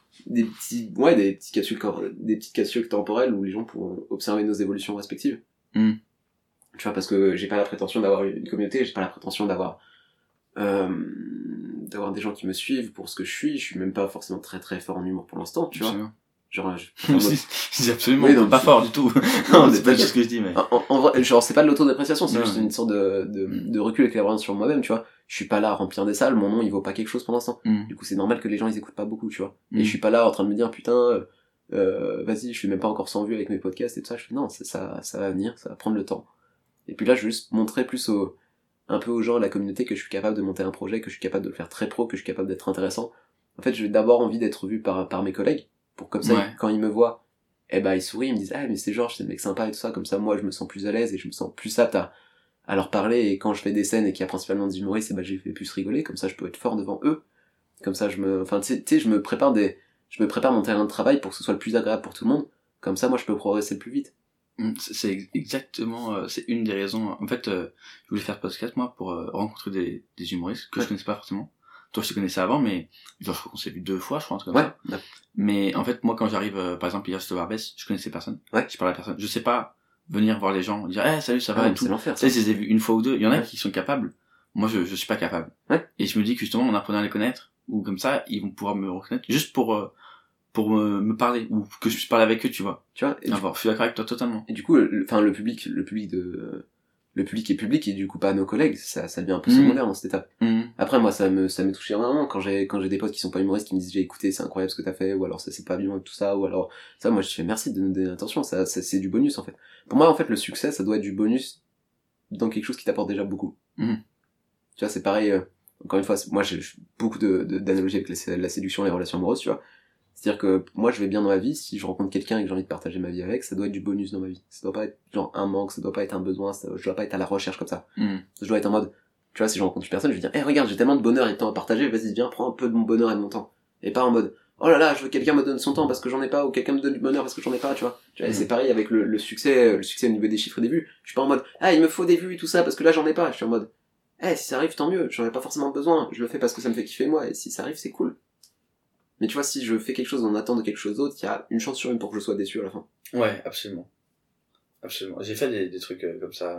petites capsules temporelles où les gens pourront observer nos évolutions respectives. Tu vois, parce que j'ai pas la prétention d'avoir une communauté, j'ai pas la prétention d'avoir des gens qui me suivent pour ce que je suis même pas forcément très très fort en humour pour l'instant, tu vois. Genre, c'est absolument pas fort du tout. Non, c'est pas juste ce que je dis, mais. En vrai, genre, c'est pas de l'autodépréciation, c'est juste une sorte de recul et clairvoyance sur moi-même, tu vois. Je suis pas là à remplir des salles, mon nom, il vaut pas quelque chose pour l'instant. Du coup, c'est normal que les gens, ils écoutent pas beaucoup, tu vois. Et je suis pas là en train de me dire, putain, vas-y, je suis même pas encore 100 vues avec mes podcasts et tout ça. Je fais, non, ça va venir, ça va prendre le temps. Et puis là, je veux juste montrer plus un peu aux gens, à la communauté, que je suis capable de monter un projet, que je suis capable de le faire très pro, que je suis capable d'être intéressant. En fait, j'ai d'abord envie d'être vu par mes collègues, pour comme ça, Ouais. quand ils me voient, ils sourient, ils me disent, ah, mais c'est Georges, c'est le mec sympa et tout ça, comme ça, moi, je me sens plus à l'aise et je me sens plus apte à leur parler, et quand je fais des scènes et qu'il y a principalement des humoristes, j'ai fait plus rigoler, comme ça, je peux être fort devant eux. Comme ça, je me prépare mon terrain de travail pour que ce soit le plus agréable pour tout le monde. Comme ça, moi, je peux progresser le plus vite. C'est exactement, c'est une des raisons. En fait, je voulais faire ce podcast, moi, pour rencontrer des humoristes que je connaissais pas forcément. Toi, je te connaissais avant, mais genre, je crois qu'on s'est vu 2 fois, je crois, un truc comme ça. Ouais. Mais en fait, moi, quand j'arrive, par exemple, hier, j'étais au Barbès, je connaissais personne. Ouais. Je parlais à personne. Je sais pas venir voir les gens, dire, salut, ça va, et tout. C'est l'enfer, ça. Tu sais, je les ai vus une fois ou deux. Il y en a qui sont capables. Moi, je suis pas capable. Ouais. Et je me dis que justement, en apprenant à les connaître, ou comme ça, ils vont pouvoir me reconnaître, juste pour me parler, ou que je puisse parler avec eux, tu vois. Tu vois, je suis d'accord avec toi totalement. Et du coup, le public est public, et du coup pas nos collègues, ça devient un peu secondaire dans cette étape. Après, moi, ça me touche énormément quand j'ai des potes qui sont pas humoristes qui me disent, j'ai écouté, c'est incroyable ce que t'as fait, ou alors ça c'est pas bien, tout ça, ou alors, ça, moi, je fais merci de nous donner l'attention, ça c'est du bonus, en fait. Pour moi, en fait, le succès, ça doit être du bonus dans quelque chose qui t'apporte déjà beaucoup. Tu vois, c'est pareil, encore une fois, moi, j'ai beaucoup d'analogies avec la séduction, les relations amoureuses, tu vois. C'est-à-dire que moi je vais bien dans ma vie, si je rencontre quelqu'un et que j'ai envie de partager ma vie avec, ça doit être du bonus dans ma vie. Ça doit pas être genre un manque, ça doit pas être un besoin, je dois pas être à la recherche comme ça. Je dois être en mode, tu vois, si je rencontre une personne, je vais dire, regarde, j'ai tellement de bonheur et de temps à partager, vas-y, viens, prends un peu de mon bonheur et de mon temps. Et pas en mode, oh là là, je veux que quelqu'un me donne son temps parce que j'en ai pas, ou quelqu'un me donne du bonheur parce que j'en ai pas, tu vois. Et c'est pareil avec le succès au niveau des chiffres et des vues. Je suis pas en mode, il me faut des vues et tout ça parce que là j'en ai pas. Je suis en mode, si ça arrive, tant mieux, j'en ai pas forcément besoin, je le fais parce que ça me fait kiffer moi, et si ça arrive, c'est cool. Mais tu vois, si je fais quelque chose en attendant de quelque chose d'autre, il y a une chance sur une pour que je sois déçu à la fin. Ouais, absolument. Absolument. J'ai fait des trucs comme ça,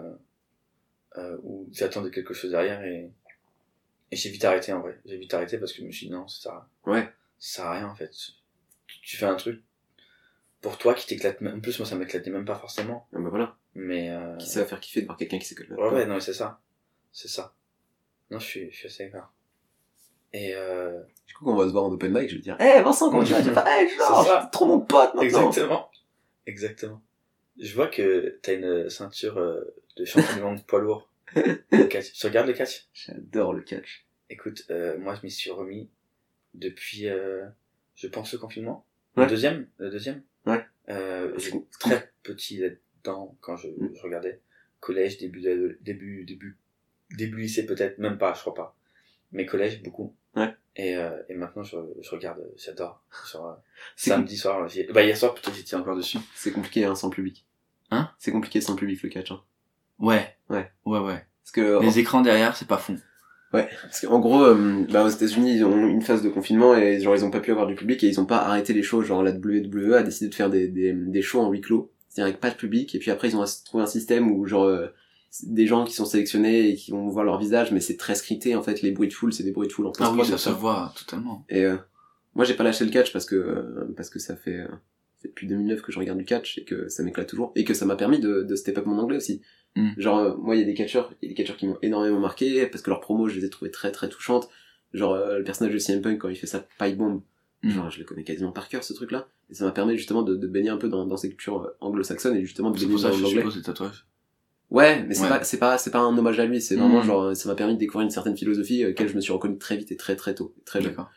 où j'attendais quelque chose derrière et j'ai vite arrêté en vrai. J'ai vite arrêté parce que je me suis dit non, ça sert à rien. Ouais. Ça sert à rien en fait. Tu fais un truc pour toi qui t'éclate même. En plus, moi ça m'éclatait même pas forcément. Ah bah voilà. Mais qui ça va faire kiffer de voir quelqu'un qui s'éclate même. Ouais, non, mais c'est ça. C'est ça. Non, je suis assez d'accord. Et du coup, quand on va se voir en open mic, je vais dire, Vincent, comment tu vas? Tu vas faire, Georges, trop mon pote, maintenant. Exactement. Je vois que t'as une ceinture de champion du monde poids lourd. Le catch. Tu regardes le catch? J'adore le catch. Écoute, moi, je m'y suis remis depuis, je pense, le confinement. Ouais. Le deuxième. Ouais. J'étais très petit là-dedans quand je regardais. Collège, début lycée peut-être, même pas, je crois pas. Mais collège, beaucoup. Ouais. Et maintenant, je regarde, j'adore. Samedi soir, hier soir, plutôt, j'étais encore dessus. C'est compliqué, sans le public. Hein? C'est compliqué sans le public, le catch, Ouais. Parce que, les écrans derrière, c'est pas fond. Ouais. Parce qu'en gros, aux États-Unis, ils ont une phase de confinement et genre, ils ont pas pu avoir du public et ils ont pas arrêté les shows. Genre, la WWE a décidé de faire des shows en huis clos. C'est-à-dire avec pas de public. Et puis après, ils ont trouvé un système où, genre, des gens qui sont sélectionnés et qui vont voir leur visage, mais c'est très scripté, en fait. Les bruits de foule, c'est des bruits de foule en post-prod. Ah oui, ça se voit, totalement. Et, moi, j'ai pas lâché le catch parce que ça fait depuis 2009 que je regarde du catch et que ça m'éclate toujours. Et que ça m'a permis de step up mon anglais aussi. Genre, moi, il y a des catcheurs qui m'ont énormément marqué parce que leurs promos, je les ai trouvées très très touchantes. Genre, le personnage de CM Punk, quand il fait sa pipe bomb, genre, je le connais quasiment par cœur, ce truc-là. Et ça m'a permis justement de baigner un peu dans ces cultures anglo-saxonnes et justement de baigner dans l'anglais. C'est pour ça que je suppose les tatouages. Ouais, mais c'est pas un hommage à lui, c'est vraiment genre, ça m'a permis de découvrir une certaine philosophie, laquelle je me suis reconnu très vite et très très tôt, très jeune. D'accord.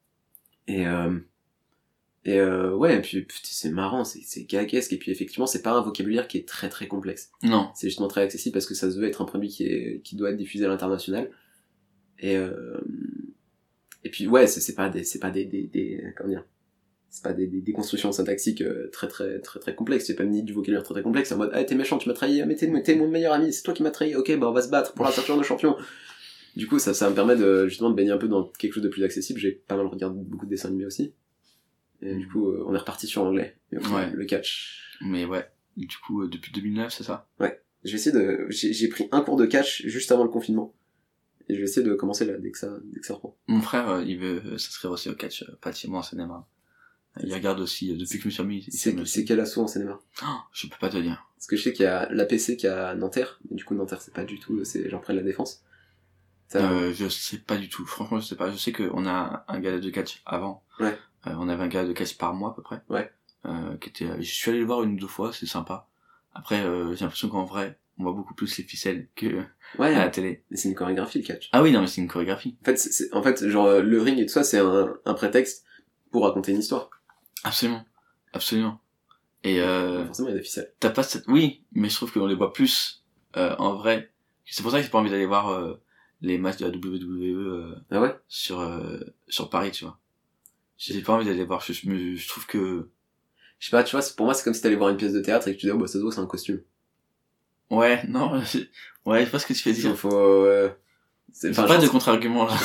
Ouais, et puis c'est marrant, c'est gaguesque, et puis effectivement c'est pas un vocabulaire qui est très très complexe. Non. C'est justement très accessible parce que ça se veut être un produit qui doit être diffusé à l'international. Et puis ouais, c'est pas des comment dire, c'est pas des constructions syntaxiques très très très très complexes, c'est pas ni du vocabulaire très très complexe, c'est en mode t'es méchant, tu m'as trahi, mais t'es mon meilleur ami, c'est toi qui m'as trahi, ok, bah on va se battre pour la ceinture de champion. Du coup ça me permet justement de baigner un peu dans quelque chose de plus accessible. J'ai pas mal regardé beaucoup de dessins animés aussi. Et du coup, on est reparti sur l'anglais. Le catch. Mais ouais. Du coup, depuis 2009, c'est ça? Ouais. J'ai pris un cours de catch juste avant le confinement. Et je vais essayer de commencer là, dès que ça reprend. Mon frère, il veut s'inscrire aussi au catch, pas de chez moi en cinéma. Il regarde aussi, depuis que je me suis remis. C'est quel assaut en cinéma? Je peux pas te dire. Parce que je sais qu'il y a l'APC qui est à Nanterre. Mais du coup, Nanterre, c'est pas du tout, c'est genre près de la Défense. Je sais pas du tout. Franchement, je sais pas. Je sais qu'on a un gala de catch avant. Ouais. On avait un gala de catch par mois à peu près. Ouais. Je suis allé le voir une ou deux fois, c'est sympa. Après, j'ai l'impression qu'en vrai, on voit beaucoup plus les ficelles que Ouais. à la télé. Mais c'est une chorégraphie, le catch. Ah oui, non, mais c'est une chorégraphie. En fait, genre, le ring et tout ça, c'est un prétexte pour raconter une histoire. Absolument. Absolument. Et forcément, il y a des ficelles. t'as pas cette... Oui, mais je trouve qu'on les voit plus en vrai. C'est pour ça que j'ai pas envie d'aller voir les matchs de la WWE Ah ouais? sur Paris, tu vois. J'ai pas envie d'aller voir. Je trouve que... Je sais pas, tu vois, pour moi, c'est comme si t'allais voir une pièce de théâtre et que tu dis, oh, bah, ça se voit, c'est un costume. Ouais, non, ouais, je sais pas ce que tu fais dire. C'est pas de contre-argument, là.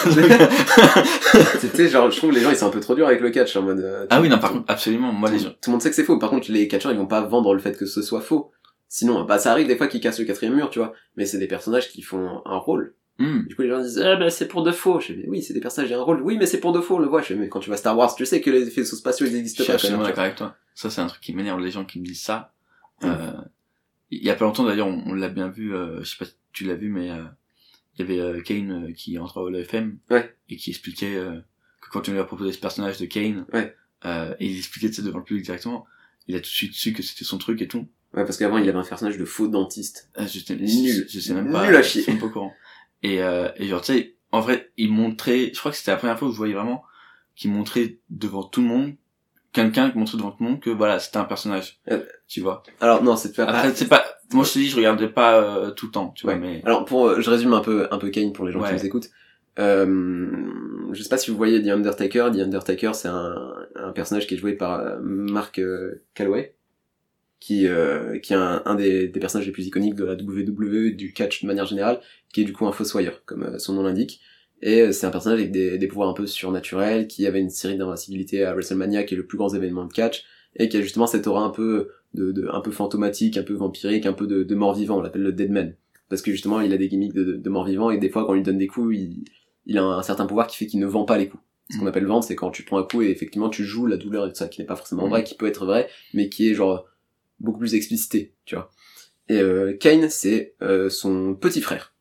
C'était genre, je trouve les gens, ils sont un peu trop durs avec le catch, en mode... Ah oui, non, par contre, absolument, moi, les gens... Tout le monde sait que c'est faux. Par contre, les catcheurs, ils vont pas vendre le fait que ce soit faux. Sinon, bah, ça arrive des fois qu'ils cassent le 4e mur, tu vois. Mais c'est des personnages qui font un rôle. Du coup, les gens disent, ah, bah, c'est pour de faux. Je fais, oui, c'est des personnages, il y a un rôle. Oui, mais c'est pour de faux, on le voit. Je fais, mais quand tu vas Star Wars, tu sais que les effets spatiaux, ils existent pas. Je suis absolument d'accord avec toi. Ça, c'est un truc qui m'énerve, les gens qui me disent ça. Il y a pas longtemps, d'ailleurs, on l'a bien vu, je sais pas si tu l'as vu, mais il y avait Kane qui entre à Hall of Fame. Ouais. Et qui expliquait que quand on lui a proposé ce personnage de Kane, ouais. Et il expliquait, tu sais, devant le public directement, il a tout de suite su que c'était son truc et tout. Ouais, parce qu'avant, il avait un personnage de faux dentiste. Nul. Je sais même pas. Nul à chier. Je suis pas au courant. Et genre, tu sais, en vrai, il montrait, je crois que c'était la première fois où je voyais vraiment qu'il montrait devant tout le monde, quelqu'un qui montrait devant tout le monde que voilà, c'était un personnage. Tu vois. Alors, non, c'est après, c'est pas, moi je te dis, je regardais pas tout le temps, tu vois, mais. Alors, je résume un peu Kane pour les gens qui nous écoutent. Je sais pas si vous voyez The Undertaker. The Undertaker, c'est un personnage qui est joué par Mark Calaway, qui est un des personnages les plus iconiques de la WWE, du catch de manière générale, qui est du coup un fossoyeur, comme son nom l'indique. Et c'est un personnage avec des pouvoirs un peu surnaturels, qui avait une série d'invincibilité à WrestleMania, qui est le plus grand événement de catch, et qui a justement cette aura un peu un peu fantomatique, un peu vampirique, un peu de mort-vivant, on l'appelle le Deadman. Parce que justement, il a des gimmicks de mort-vivant, et des fois, quand on lui donne des coups, il a un certain pouvoir qui fait qu'il ne vend pas les coups. Ce qu'on appelle vendre, c'est quand tu prends un coup et effectivement tu joues la douleur et tout ça, qui n'est pas forcément vrai, qui peut être vrai, mais qui est genre beaucoup plus explicité, tu vois. Et Kane, c'est son petit frère,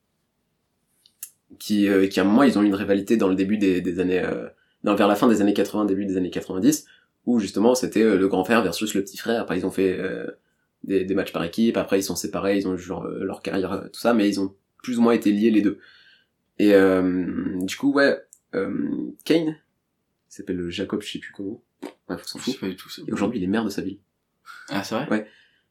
qui à un moment, ils ont eu une rivalité dans le début des années... vers la fin des années 80, début des années 90, où justement c'était le grand frère versus le petit frère. Après ils ont fait des matchs par équipe, après ils sont séparés, ils ont eu genre leur carrière, tout ça, mais ils ont plus ou moins été liés les deux. Et du coup, ouais, Kane, il s'appelle Jacob, je sais plus comment. Ouais, on s'en fout. Pas du tout, et aujourd'hui, il est maire de sa ville. Ah, c'est vrai? Ouais.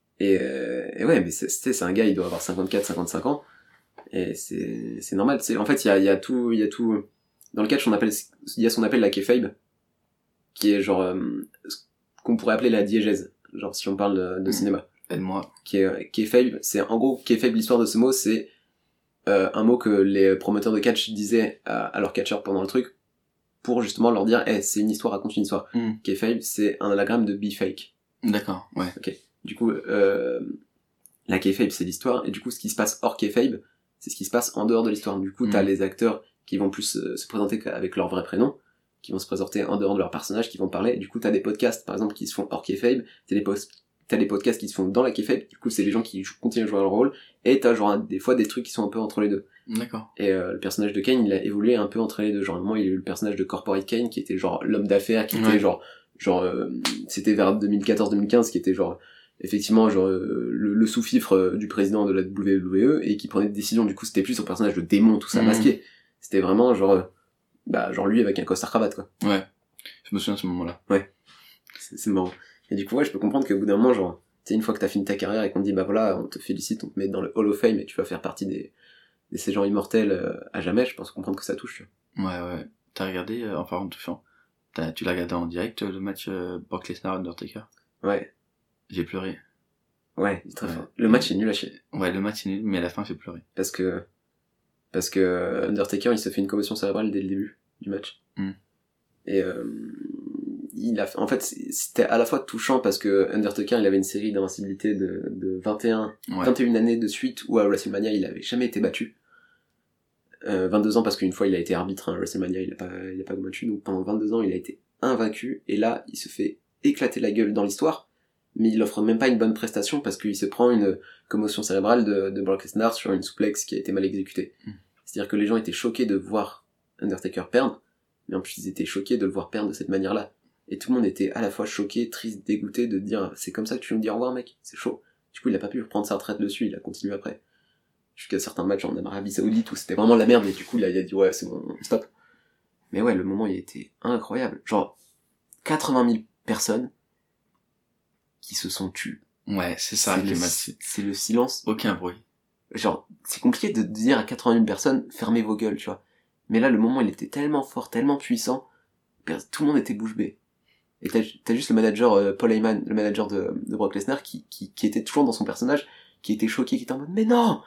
Et ouais, mais c'est un gars, il doit avoir 54, 55 ans. Et c'est normal. En fait, il y a tout. Dans le catch, il y a ce qu'on appelle la kayfabe, qui est genre, ce qu'on pourrait appeler la diégèse. Genre, si on parle de cinéma. Aide-moi. Kayfabe, c'est, en gros, kayfabe, l'histoire de ce mot, c'est, un mot que les promoteurs de catch disaient à leurs catcheurs pendant le truc, pour justement leur dire, c'est une histoire, raconte une histoire. Kayfabe, c'est un anagramme de be fake. D'accord, ouais. Ok. Du coup, la kayfabe, c'est l'histoire, et du coup, ce qui se passe hors kayfabe, c'est ce qui se passe en dehors de l'histoire. Du coup, t'as les acteurs qui vont plus se présenter avec leur vrai prénom, qui vont se présenter en dehors de leur personnage, qui vont parler, et du coup, t'as des podcasts, par exemple, qui se font hors kayfabe, t'as des podcasts qui se font dans la kayfabe, du coup, c'est les gens qui continuent à jouer leur rôle, et t'as genre des fois des trucs qui sont un peu entre les deux. D'accord. Et le personnage de Kane, il a évolué un peu entre les deux. Genre, à un moment, il y a eu le personnage de Corporate Kane, qui était genre l'homme d'affaires, qui était genre c'était vers 2014-2015, qui était genre effectivement genre le sous-fifre du président de la WWE, et qui prenait des décisions. Du coup, c'était plus son personnage de démon, tout ça masqué. C'était vraiment genre lui avec un costard cravate, quoi. Ouais. Je me souviens de ce moment-là. Ouais. C'est marrant. Et du coup, ouais, je peux comprendre qu'au bout d'un moment, genre, tu sais, une fois que t'as fini ta carrière et qu'on te dit, bah voilà, on te félicite, on te met dans le Hall of Fame et tu vas faire partie de ces gens immortels à jamais, je pense comprendre que ça touche, tu vois. Ouais. T'as regardé, en parlant de touchant, tu l'as regardé en direct, le match Brock Lesnar-Undertaker? Ouais. J'ai pleuré. Ouais, c'est très fort. Le match est nul à chier. Ouais, le match est nul, mais à la fin, j'ai pleuré. Parce que Undertaker, il se fait une commotion cérébrale dès le début du match. Et en fait, c'était à la fois touchant parce que Undertaker, il avait une série d'invincibilité de 21 années de suite où à WrestleMania, il avait jamais été battu. 22 ans parce qu'une fois, il a été arbitre à WrestleMania, il a pas combattu, donc pendant 22 ans, il a été invaincu, et là, il se fait éclater la gueule dans l'histoire, mais il offre même pas une bonne prestation parce qu'il se prend une commotion cérébrale de Brock Lesnar sur une souplex qui a été mal exécutée. C'est-à-dire que les gens étaient choqués de voir Undertaker perdre, mais en plus, ils étaient choqués de le voir perdre de cette manière-là. Et tout le monde était à la fois choqué, triste, dégoûté de dire c'est comme ça que tu veux me dire au revoir, mec, c'est chaud. Du coup, il a pas pu prendre sa retraite dessus, il a continué après. jusqu'à certains matchs en Arabie Saoudite où c'était vraiment la merde, et du coup, là, il a dit, ouais, c'est bon, stop. Mais ouais, le moment, il était incroyable. Genre, 80 000 personnes qui se sont tues. Ouais, c'est ça qui m'a... C'est le silence. Aucun bruit. Genre, c'est compliqué de dire à 80 000 personnes, fermez vos gueules, tu vois. Mais là, le moment, il était tellement fort, tellement puissant, tout le monde était bouche bée. Et t'as juste le manager, Paul Heyman, le manager de Brock Lesnar, qui était toujours dans son personnage, qui était choqué, qui était en mode, mais non!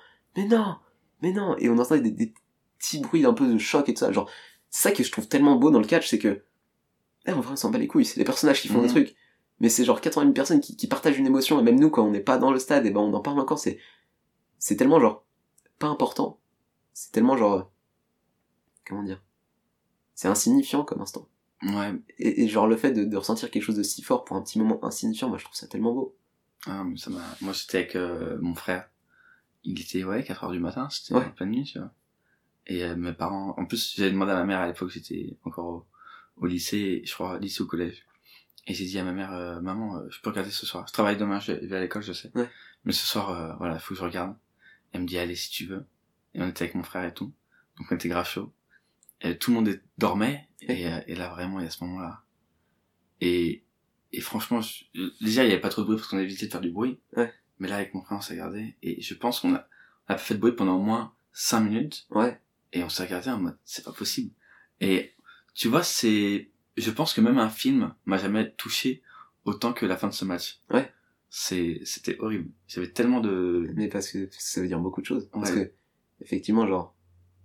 Et on entendait des petits bruits d'un peu de choc et tout ça. Genre, c'est ça que je trouve tellement beau dans le catch, c'est que, en vrai, on s'en bat les couilles, c'est des personnages qui font des trucs. Mais c'est genre 80 000 personnes qui partagent une émotion, et même nous, quand on n'est pas dans le stade, et ben on en parle encore, c'est tellement genre, pas important. C'est tellement genre, comment dire? C'est insignifiant comme instant. Ouais. Et genre le fait de ressentir quelque chose de si fort pour un petit moment insignifiant, moi je trouve ça tellement beau. Ah, mais moi j'étais avec mon frère. Il était 4h du matin, c'était en pleine nuit, tu vois. Et mes parents, en plus j'avais demandé à ma mère à l'époque, j'étais encore au lycée, je crois, lycée ou collège. Et j'ai dit à ma mère, maman, je peux regarder ce soir. Je travaille demain, je vais à l'école, je sais. Ouais. Mais ce soir, voilà, faut que je regarde. Elle me dit, allez, si tu veux. Et on était avec mon frère et tout. Donc on était grave chaud. Et tout le monde dormait. Et là, vraiment, il y a ce moment-là. Et franchement, déjà, il y avait pas trop de bruit parce qu'on avait évité de faire du bruit. Ouais. Mais là, avec mon frère, on s'est regardé. Et je pense qu'on a fait de bruit pendant au moins 5 minutes. Ouais. Et on s'est regardé en mode, c'est pas possible. Et tu vois, je pense que même un film m'a jamais touché autant que la fin de ce match. Ouais. C'était horrible. J'avais tellement de... Mais parce que ça veut dire beaucoup de choses. Parce que, effectivement, genre,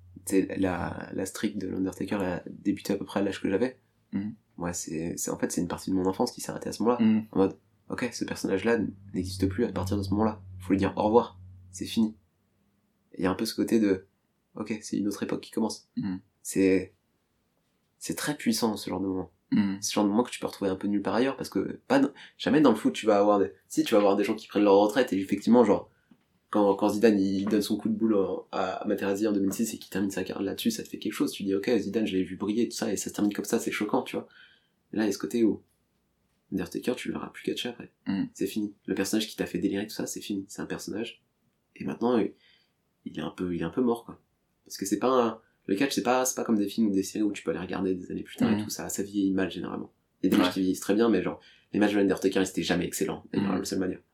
la streak de l'Undertaker a débuté à peu près à l'âge que j'avais. Ouais, en fait, c'est une partie de mon enfance qui s'est arrêtée à ce moment-là. En mode, ok, ce personnage-là n'existe plus à partir de ce moment-là. Faut lui dire au revoir. C'est fini. Il y a un peu ce côté de, ok, c'est une autre époque qui commence. C'est très puissant, ce genre de moment. C'est le genre de moment que tu peux retrouver un peu nulle part ailleurs, parce que jamais dans le foot tu vas avoir tu vas avoir des gens qui prennent leur retraite, et effectivement, genre, quand Zidane il donne son coup de boule à Materazzi en 2006 et qu'il termine sa carrière là-dessus, ça te fait quelque chose. Tu dis, ok, Zidane, je l'ai vu briller, tout ça, et ça se termine comme ça, c'est choquant, tu vois. Et là, il y a ce côté où Undertaker, tu le verras plus catcher après. C'est fini. Le personnage qui t'a fait délirer, tout ça, c'est fini. C'est un personnage. Et maintenant, il est un peu mort, quoi. Parce que le catch, c'est pas comme des films ou des séries où tu peux aller regarder des années plus tard et tout ça vieillit mal généralement. Il y a des matchs qui vieillissent très bien, mais genre, les matchs de l'Undertaker, ils étaient jamais excellents, d'ailleurs, le seul manière.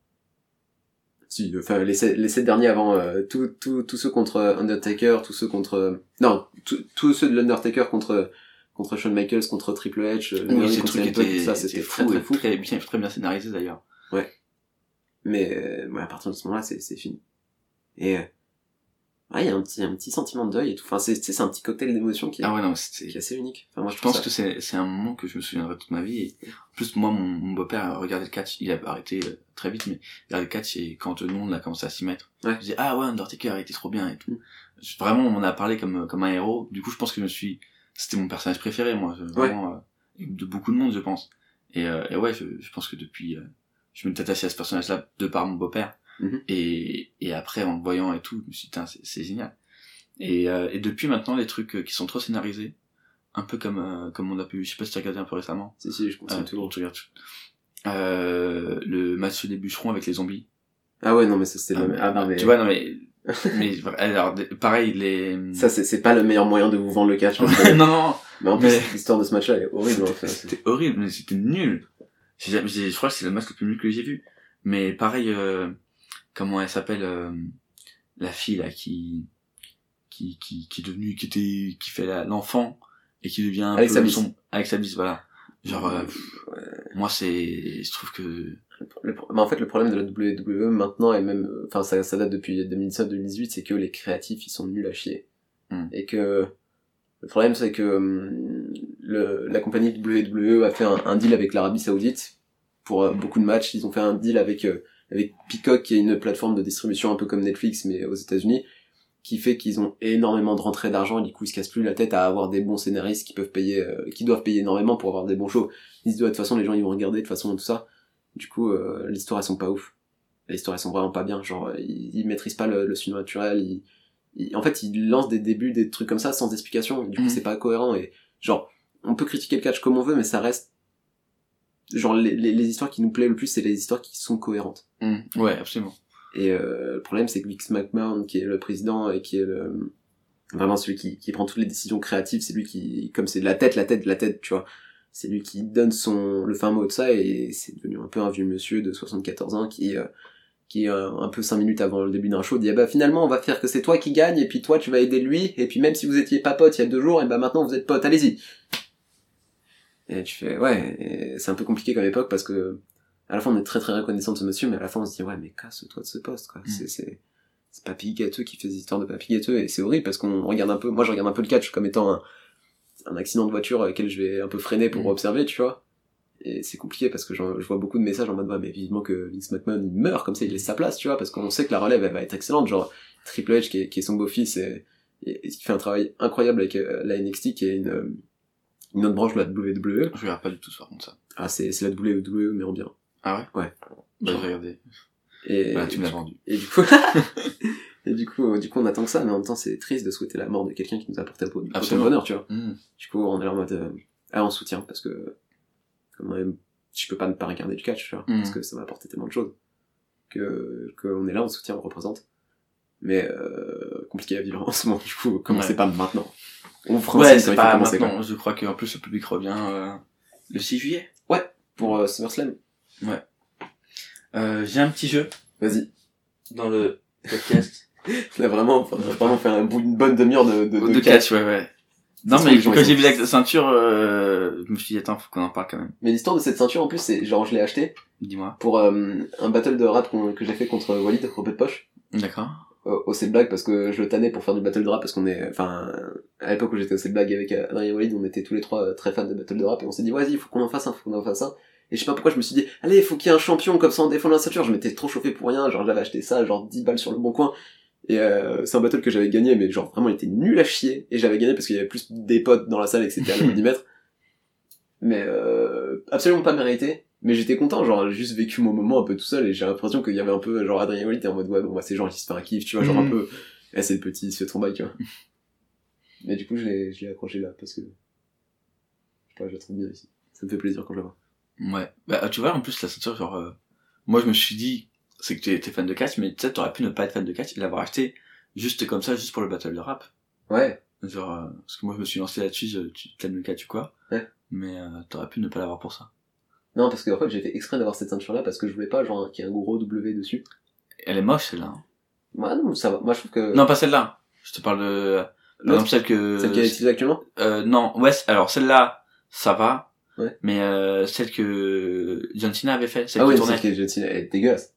Si, enfin, les 7 derniers avant, tous ceux contre Undertaker, tous ceux contre, non, tous ceux de l'Undertaker contre Shawn Michaels, contre Triple H, ces trucs étaient, tout ça, c'était fou, très fou. Très bien scénarisé d'ailleurs. Ouais. Mais, à partir de ce moment-là, c'est fini. Et, il y a un petit sentiment de deuil et tout. Enfin, c'est un petit cocktail d'émotions qui est assez unique. Enfin, moi, je pense que c'est un moment que je me souviendrai toute ma vie. Et en plus, moi, mon beau-père regardait le catch. Il a arrêté très vite, mais il regardait le catch, et quand nous, on a commencé à s'y mettre, je disais, Undertaker, il était trop bien et tout. Vraiment, on a parlé comme un héros. Du coup, je pense que c'était mon personnage préféré, moi. Vraiment, de beaucoup de monde, je pense. Et ouais, je pense que depuis, je me suis attaché à ce personnage-là de par mon beau-père. Et après, en le voyant et tout, je me suis dit, c'est génial. Et depuis maintenant, les trucs qui sont trop scénarisés, un peu comme on a pu, je sais pas si tu as regardé un peu récemment. Si, je continue toujours. Tu regardes le match des bûcherons avec les zombies. Ah ouais, non, mais ça c'était mais... Tu vois, non, mais alors, pareil, ça, c'est pas le meilleur moyen de vous vendre le catch. non. Mais en plus, l'histoire de ce match-là est horrible, en fait. C'était horrible, mais c'était nul. Je crois que c'est le match le plus nul que j'ai vu. Mais pareil, comment elle s'appelle, la fille là qui est devenue, qui fait l'enfant et qui devient un Alexa peu Bliss. Alexa Bliss, voilà. Genre moi je trouve que en fait, le problème de la WWE maintenant, et même, enfin, ça date depuis 2019-2018, c'est que les créatifs, ils sont nuls à chier. Et que, le problème, c'est que, la compagnie WWE a fait un deal avec l'Arabie Saoudite pour beaucoup de matchs. Ils ont fait un deal avec Peacock, qui est une plateforme de distribution un peu comme Netflix, mais aux États-Unis, qui fait qu'ils ont énormément de rentrées d'argent, et du coup, ils se cassent plus la tête à avoir des bons scénaristes qui doivent payer énormément pour avoir des bons shows. Ils se disent, de toute façon, les gens, ils vont regarder, de toute façon, tout ça. Du coup, l'histoire, elles sont pas ouf. Les histoires, elles sont vraiment pas bien. Genre, ils maîtrisent pas le surnaturel. En fait, ils lancent des débuts, des trucs comme ça, sans explication. Du coup, c'est pas cohérent. Et genre, on peut critiquer le catch comme on veut, mais ça reste... Genre, les histoires qui nous plaisent le plus, c'est les histoires qui sont cohérentes. Ouais, absolument. Et le problème, c'est que Vince McMahon, qui est le président et qui est vraiment celui qui prend toutes les décisions créatives, c'est lui qui, comme c'est la tête, tu vois, c'est lui qui donne le fin mot de ça, et c'est devenu un peu un vieux monsieur de 74 ans qui un peu 5 minutes avant le début d'un show dit finalement on va faire que c'est toi qui gagne, et puis toi tu vas aider lui, et puis même si vous étiez pas potes il y a 2 jours, et maintenant vous êtes potes, allez-y. Et tu fais et c'est un peu compliqué comme époque, parce que à la fois on est très très reconnaissant de ce monsieur, mais à la fin on se dit mais casse-toi de ce poste, quoi. C'est Papy Gâteux qui fait des histoires de Papy Gâteux, et c'est horrible parce qu'on regarde un peu, moi je regarde un peu le catch comme étant un accident de voiture auquel je vais un peu freiner pour observer, tu vois. Et c'est compliqué parce que je vois beaucoup de messages en mode mais vivement que Vince McMahon il meurt, comme ça il laisse sa place, tu vois, parce qu'on sait que la relève elle va être excellente, genre Triple H qui est son beau-fils et qui fait un travail incroyable avec la NXT, qui est une autre branche de la WWE. Je regarde pas du tout par contre ça. Ah c'est la WWE mais en bien. Ah ouais? Ouais. Bah j'ai regardé. Et voilà, tu me l'as vendu. Et du coup on attend que ça, mais en même temps c'est triste de souhaiter la mort de quelqu'un qui nous a apporté un peu de bonheur, tu vois. Du coup on est là en mode on soutient, parce que comme je peux pas ne pas regarder du catch, tu vois, parce que ça m'a apporté tellement de choses que on est là, on soutient, on représente, mais compliqué à vivre en ce moment. Du coup commencez pas maintenant, on fera c'est pas maintenant. Je crois qu'en plus le public revient le 6 juillet pour SummerSlam. J'ai un petit jeu vas-y dans le podcast. Là vraiment faire une bonne demi-heure de catch. Ouais. Non, mais quand j'ai vu la ceinture, je me suis dit, attends, faut qu'on en parle quand même. Mais l'histoire de cette ceinture, en plus, c'est genre, je l'ai acheté. Dis-moi. Pour un battle de rap que j'ai fait contre Walid, Robert Poche. D'accord. Au C'est Blague, parce que je le tannais pour faire du battle de rap, parce qu'on est, à l'époque où j'étais au C'est Blague avec Adrien Walid, on était tous les trois très fans de battle de rap, et on s'est dit, vas-y, faut qu'on en fasse un. Et je sais pas pourquoi je me suis dit, allez, faut qu'il y ait un champion, comme ça on défend la ceinture. Je m'étais trop chauffé pour rien, genre, j'avais acheté ça, genre 10 balles sur le bon coin. Et c'est un battle que j'avais gagné, mais genre vraiment il était nul à chier, et j'avais gagné parce qu'il y avait plus des potes dans la salle et que c'était à 90 mètres. Mais absolument pas mérité, mais j'étais content, genre j'ai juste vécu mon moment un peu tout seul, et j'ai l'impression qu'il y avait un peu genre Adrien Walid était en mode c'est genre il se fait un kiff, tu vois, genre un peu c'est le petit, il se fait trombaille, tu vois. Mais du coup je l'ai accroché là parce que je sais pas, je la trouve bien ici, ça me fait plaisir quand je la vois. Ouais, bah tu vois en plus la ceinture, genre moi je me suis dit c'est que t'es fan de catch, mais tu sais, t'aurais pu ne pas être fan de catch et l'avoir acheté juste comme ça, juste pour le battle de rap. Ouais. Genre, parce que moi je me suis lancé là-dessus, tu t'aimes le catch ou quoi. Ouais. Mais t'aurais pu ne pas l'avoir pour ça. Non, parce que en fait j'ai fait exprès d'avoir cette ceinture-là parce que je voulais pas genre qu'il y ait un gros W dessus. Elle est moche celle-là. Ouais, non, ça va. Moi je trouve que... Non, pas celle-là. Je te parle de... Par exemple celle que... Celle qu'elle utilise actuellement non, ouais, alors celle-là, ça va. Ouais. Mais celle que John Cena avait fait, celle qui tournait. Celle que John Cena, elle est dégueulasse.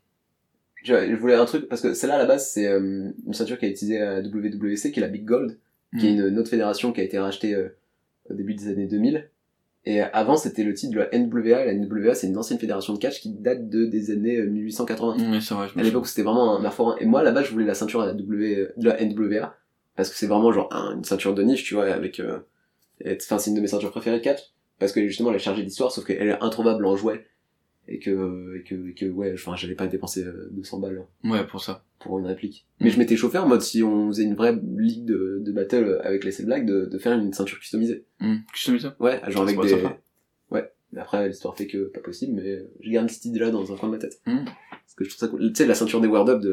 Je voulais un truc, parce que celle-là à la base c'est une ceinture qui a utilisé à WWC, qui est la Big Gold, qui est une autre fédération qui a été rachetée au début des années 2000. Et avant c'était le titre de la NWA, et la NWA c'est une ancienne fédération de catch qui date des années 1880. Oui, c'est vrai, à l'époque où c'était vraiment un air. Et moi là-bas je voulais la ceinture de la NWA, parce que c'est vraiment genre une ceinture de niche, tu vois, avec c'est une de mes ceintures préférées de catch, parce que justement elle est chargée d'histoire, sauf qu'elle est introuvable en jouet. Et que ouais, enfin j'allais pas dépenser 200 balles ouais pour ça, pour une réplique. Mais je m'étais chauffé en mode, si on faisait une vraie ligue de battle avec les C'est Black, de faire une ceinture customisée. Customisée, ouais, genre avec des ouais, mais après l'histoire fait que pas possible, mais je garde cette idée là dans un coin de ma tête. Parce que je trouve ça cool. Tu sais, la ceinture des Word Up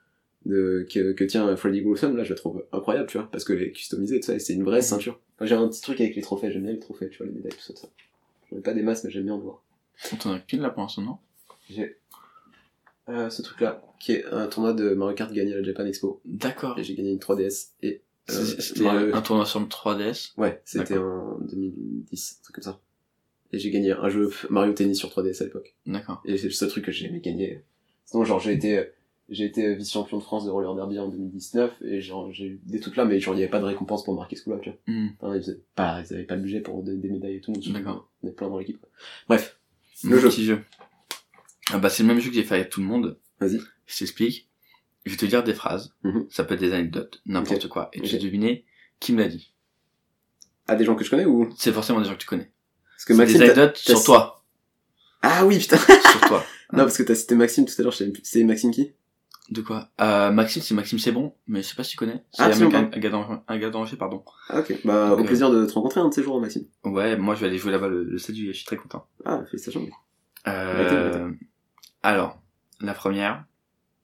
que tient Freddy Gruesome, là je la trouve incroyable, tu vois, parce que elle est customisée, tout ça, et c'est une vraie ceinture. Enfin, j'ai un petit truc avec les trophées, j'aime bien les trophées, tu vois, les médailles, tout ça. J'en ai pas des masses, mais j'aime bien en voir. On t'en a qu'une là pour l'instant, non? J'ai ce truc là qui est un tournoi de Mario Kart gagné à la Japan Expo. D'accord. Et j'ai gagné une 3DS et c'était un tournoi sur le 3DS. Ouais, c'était en 2010, un truc comme ça. Et j'ai gagné un jeu Mario Tennis sur 3DS à l'époque. D'accord. Et c'est le seul truc que j'ai aimé gagner. Sinon genre j'ai été vice-champion de France de roller derby en 2019, et genre j'ai eu des trucs là, mais genre il y avait pas de récompense pour marquer ce coup là, tu vois. Enfin, ils avaient pas le budget pour des médailles et tout. D'accord. On est plein dans l'équipe. Bref. Le petit jeu. Ah bah c'est le même jeu que j'ai fait avec tout le monde. Vas-y. Je t'explique. Je vais te dire des phrases. Ça peut être des anecdotes, n'importe quoi. Et tu vas deviner qui me l'a dit. Ah, des gens que je connais ou? C'est forcément des gens que tu connais. Parce que Maxime, des anecdotes sur toi. Ah oui, putain. Sur toi. Non, parce que t'as cité Maxime tout à l'heure, c'est Maxime qui? De quoi? Maxime, c'est Maxime C'est Bon, mais je sais pas si tu connais. C'est un gars d'Angers, pardon. Ah, ok. Bah, donc, au plaisir de te rencontrer un de ces jours, Maxime. Ouais, moi je vais aller jouer là-bas le 7 juillet, je suis très content. Ah, félicitations. Alors, la première.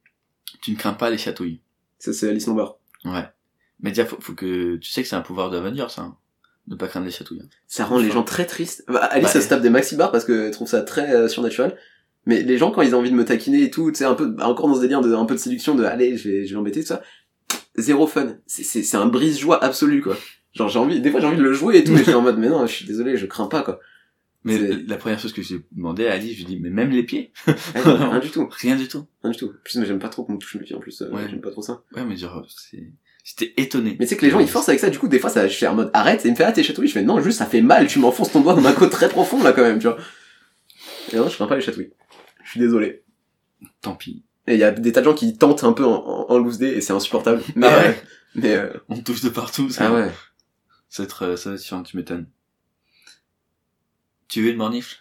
Tu ne crains pas les chatouilles. Ça, c'est Alice Lombard. Ouais. Mais déjà, faut que, tu sais que c'est un pouvoir d'Avengers, ça. Hein. Ne pas craindre les chatouilles. Ça rend les gens très tristes. Bah, Alice, elle se tape des maxi bars parce qu'elle trouve ça très surnaturel. Mais les gens, quand ils ont envie de me taquiner et tout, tu sais, un peu, encore dans ce délire de, un peu de séduction de, allez, je vais l'embêter, tout ça. Zéro fun. C'est un brise-joie absolu, quoi. Genre, des fois, j'ai envie de le jouer et tout, mais je suis en mode, mais non, je suis désolé, je crains pas, quoi. Mais la première chose que j'ai demandé à Alice, je lui ai dit, mais même les pieds? Rien du tout. Rien du tout. Rien du tout. En plus, mais j'aime pas trop qu'on me touche mes pieds, en plus, ouais. J'aime pas trop ça. Ouais, mais genre, j'étais étonné. Mais tu sais que les gens, ils forcent avec ça, du coup, des fois, je suis en mode, arrête, et il me fait, ah, t'es chatouille. Je fais, non, juste, ça fait mal, tu m'enfonces ton doigt dans ma côte très profond, là, quand même, tu vois. Et non, je crains pas les chatouilles. Je suis désolé. Tant pis. Et il y a des tas de gens qui tentent un peu en loose day, et c'est insupportable. Mais, on touche de partout, ça. Ah ouais. Ça va être chiant, tu m'étonnes. Tu veux une mornifle?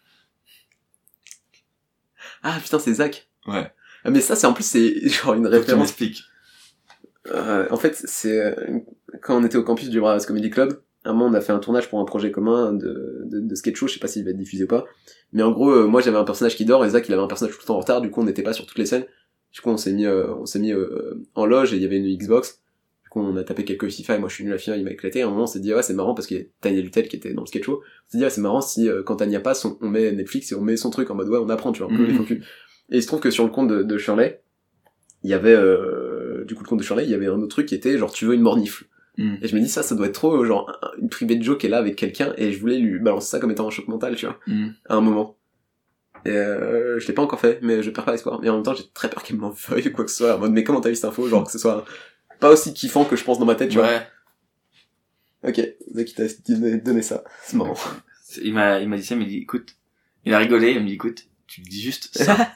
Ah, putain, c'est Zach. Ouais. Ah, mais ça, c'est genre une référence. Tu m'expliques. En fait, c'est quand on était au campus du Bravas Comedy Club, à un moment on a fait un tournage pour un projet commun de sketch show, je sais pas s'il va être diffusé ou pas, mais en gros moi j'avais un personnage qui dort et Zach il avait un personnage tout le temps en retard, du coup on n'était pas sur toutes les scènes, du coup on s'est mis en loge et il y avait une Xbox, du coup on a tapé quelques FIFA et moi je suis nul à FIFA, il m'a éclaté, et à un moment on s'est dit ouais c'est marrant parce qu'il y a Tania Lutel qui était dans le sketch show, on s'est dit ouais c'est marrant si quand Tania passe on met Netflix et on met son truc en mode ouais on apprend tu vois, un peu les faux culs. Et il se trouve que sur le compte de Shirley, il y avait du coup le compte de Shirley, il y avait un autre truc qui était genre tu veux une mornifle. Et je me dis ça doit être trop genre une privée de joke est là avec quelqu'un et je voulais lui balancer ça comme étant un choc mental tu vois à un moment et je l'ai pas encore fait mais je perds pas l'espoir mais en même temps j'ai très peur qu'elle m'en veuille ou quoi que ce soit en mode mais comment t'as vu cette info genre que ce soit pas aussi kiffant que je pense dans ma tête tu vois. Ok Zach il t'a donné ça c'est marrant. Il m'a dit ça, il m'a dit écoute, il a rigolé, il m'a dit écoute tu dis juste ça.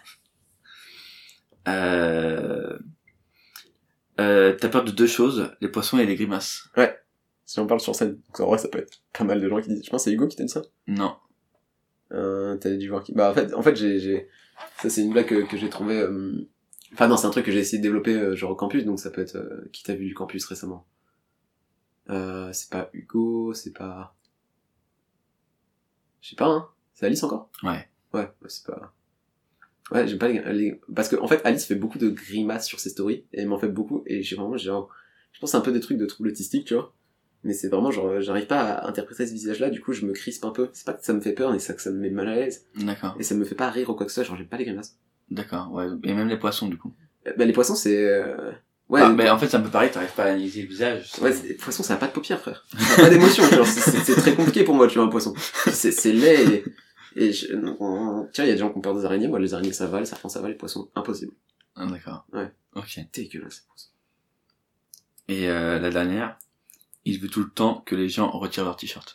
T'as peur de deux choses, les poissons et les grimaces. Ouais. Si on parle sur scène. Donc en vrai, ça peut être pas mal de gens qui disent. Je pense que c'est Hugo qui t'a dit ça. Non. T'as dû voir qui. Bah en fait, j'ai. Ça c'est une blague que j'ai trouvé. Enfin non, c'est un truc que j'ai essayé de développer genre au campus, donc ça peut être qui t'a vu du campus récemment. C'est pas Hugo, c'est pas. Je sais pas hein. C'est Alice encore. Ouais. Ouais, c'est pas. Ouais, j'aime pas parce que en fait Alice fait beaucoup de grimaces sur ses stories et elle m'en fait beaucoup et je pense que c'est un peu des trucs de troubles autistiques tu vois, mais c'est vraiment genre j'arrive pas à interpréter ce visage là, du coup je me crispe un peu, c'est pas que ça me fait peur mais c'est que ça me met mal à l'aise. D'accord. Et ça me fait pas rire ou quoi que ce soit, genre j'aime pas les grimaces. D'accord, ouais, et même les poissons du coup. Bah les poissons c'est ouais. Ah, mais en fait c'est un peu pareil, t'arrives pas à analyser le visage. Ouais, les poissons ça a pas de paupières frère, ça a pas d'émotion, genre c'est très compliqué pour moi tu vois un poisson. C'est laid et tiens, il y a des gens qui ont peur des araignées, moi les araignées ça va, les serpents ça va, les poissons impossible. Ah d'accord. Ouais. Ok. Dégueulasse. Et la dernière, il veut tout le temps que les gens retirent leur t-shirt.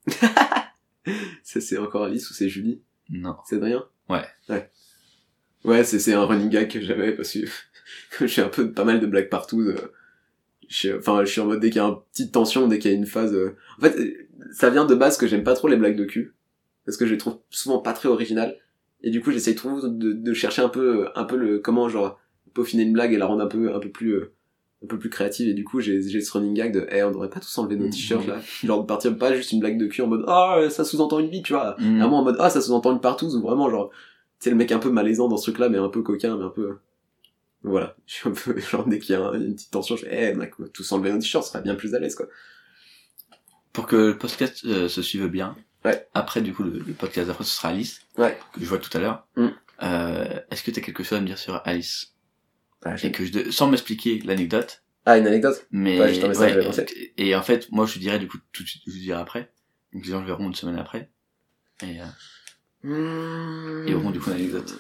Ça c'est encore Alice ou c'est Julie? Non. C'est Adrien? Ouais. Ouais, c'est un running gag que j'avais parce que je fais un peu pas mal de blagues partout. Je suis en mode dès qu'il y a une petite tension, dès qu'il y a une phase. En fait, ça vient de base que j'aime pas trop les blagues de cul parce que je les trouve souvent pas très originales. Et du coup, j'essaye trop de chercher un peu le comment genre peaufiner une blague et la rendre un peu plus créative. Et du coup, j'ai ce running gag de on devrait pas tous enlever nos t-shirts là, genre de partir pas juste une blague de cul en mode ça sous-entend une bite, tu vois, vraiment en mode ça sous-entend une partouze, ou vraiment genre tu sais le mec un peu malaisant dans ce truc là mais un peu coquin mais un peu voilà, je suis un peu genre dès qu'il y a une petite tension je fais on a tous enlever nos t-shirts, ça serait bien plus à l'aise quoi. Pour que le podcast se suive bien. Ouais. Après du coup le podcast d'après ce sera Alice. Ouais. Que je vois tout à l'heure. Est-ce que t'as quelque chose à me dire sur Alice? Et que sans m'expliquer l'anecdote. Ah, une anecdote? Mais ouais, je t'en mets ça, je vais penser. Et en fait moi je te dirais du coup tout de suite, je vous dirai après. Donc les gens le verront une semaine après. Et auront du coup l'anecdote.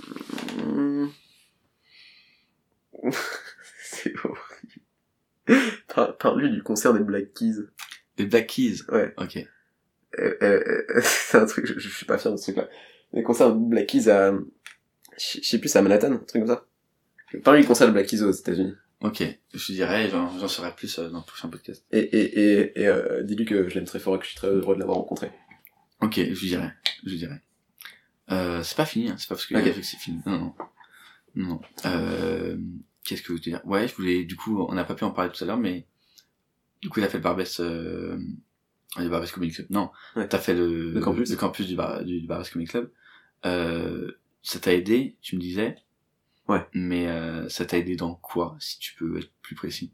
C'est horrible. Parle-lui du concert des Black Keys. Les Black Keys? Ouais. Ok. C'est un truc, je suis pas fier de ce truc-là. Les concerts de Black Keys à, je sais plus, c'est à Manhattan, un truc comme ça. Parle-lui du concert de Black Keys aux États-Unis. Ok. Je dirais, j'en saurai plus dans le prochain podcast. Et dis-lui que je l'aime très fort et que je suis très heureux de l'avoir rencontré. Ok, je dirais. C'est pas fini, hein. C'est pas parce que que c'est fini. Non. Qu'est-ce que je veux dire? Ouais, je voulais, du coup, on n'a pas pu en parler tout à l'heure, mais, du coup, il a fait le Barbès, le Barbès Comedy Club. Non. Ouais. T'as fait le campus du Barbès Comedy Club. Ça t'a aidé, tu me disais. Ouais. Mais ça t'a aidé dans quoi, si tu peux être plus précis?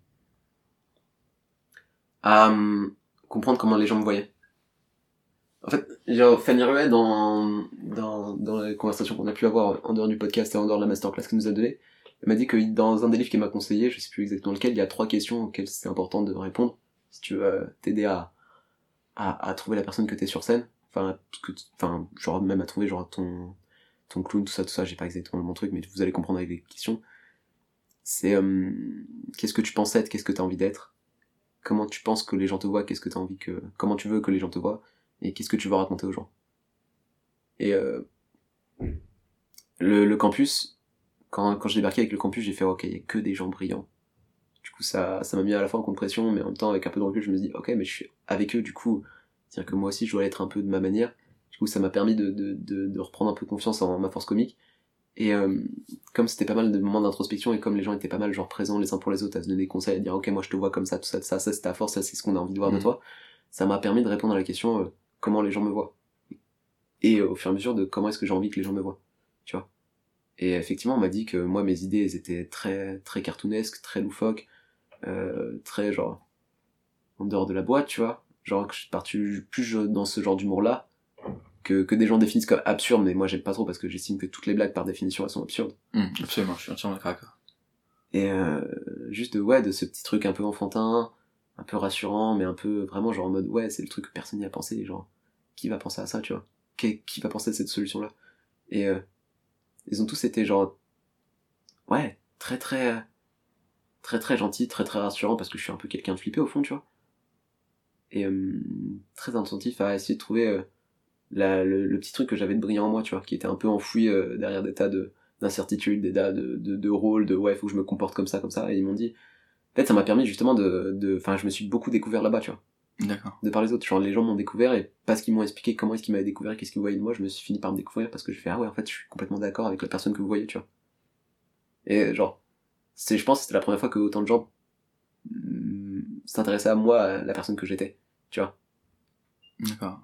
À comprendre comment les gens me voyaient. En fait, genre, Fanny Ruet, dans les conversations qu'on a pu avoir en dehors du podcast et en dehors de la masterclass qu'elle nous a donnée, elle m'a dit que dans un des livres qu'elle m'a conseillé, je sais plus exactement lequel, il y a 3 questions auxquelles c'est important de répondre si tu veux t'aider à trouver la personne que t'es sur scène. Enfin, genre même à trouver genre ton clown, tout ça, j'ai pas exactement le bon truc, mais vous allez comprendre avec les questions. C'est qu'est-ce que tu penses être, qu'est-ce que t'as envie d'être, comment tu penses que les gens te voient, comment tu veux que les gens te voient, et qu'est-ce que tu veux raconter aux gens. Et le campus, quand j'ai débarqué avec le campus, j'ai fait ok, il y a que des gens brillants. Du coup ça m'a mis à la fois en coup de pression, mais en même temps avec un peu de recul je me dis ok, mais je suis avec eux, du coup c'est-à-dire que moi aussi je dois être un peu de ma manière. Du coup ça m'a permis de reprendre un peu confiance en ma force comique. Et comme c'était pas mal de moments d'introspection et comme les gens étaient pas mal genre présents les uns pour les autres à se donner des conseils, à dire ok moi je te vois comme ça, tout ça c'est ta force, ça c'est ce qu'on a envie de voir de toi, ça m'a permis de répondre à la question comment les gens me voient, et au fur et à mesure de comment est-ce que j'ai envie que les gens me voient, tu vois. Et effectivement on m'a dit que moi mes idées elles étaient très très cartoonesques, très loufoques, très genre en dehors de la boîte, tu vois, genre que je suis parti plus dans ce genre d'humour là que des gens définissent comme absurde, mais moi j'aime pas trop parce que j'estime que toutes les blagues par définition elles sont absurdes. Absolument, je suis entièrement d'accord. Et juste de ce petit truc un peu enfantin, un peu rassurant, mais un peu vraiment genre en mode ouais c'est le truc que personne n'y a pensé, genre qui va penser à ça, tu vois, qui va penser à cette solution là. Et ils ont tous été genre ouais très très très très gentils, très très rassurants, parce que je suis un peu quelqu'un de flippé au fond, tu vois, et très attentif à essayer de trouver le petit truc que j'avais de brillant en moi, tu vois, qui était un peu enfoui derrière des tas d'incertitudes, des tas de rôles, de ouais faut que je me comporte comme ça, et ils m'ont dit en fait ça m'a permis justement enfin je me suis beaucoup découvert là-bas, tu vois. D'accord. De par les autres, genre les gens m'ont découvert, et parce qu'ils m'ont expliqué comment est-ce qu'ils m'avaient découvert, qu'est-ce qu'ils voyaient de moi, je me suis fini par me découvrir parce que je fais ah ouais en fait je suis complètement d'accord avec la personne que vous voyez, tu vois. Et genre je pense que c'était la première fois que autant de gens s'intéressaient à moi, à la personne que j'étais, tu vois. D'accord.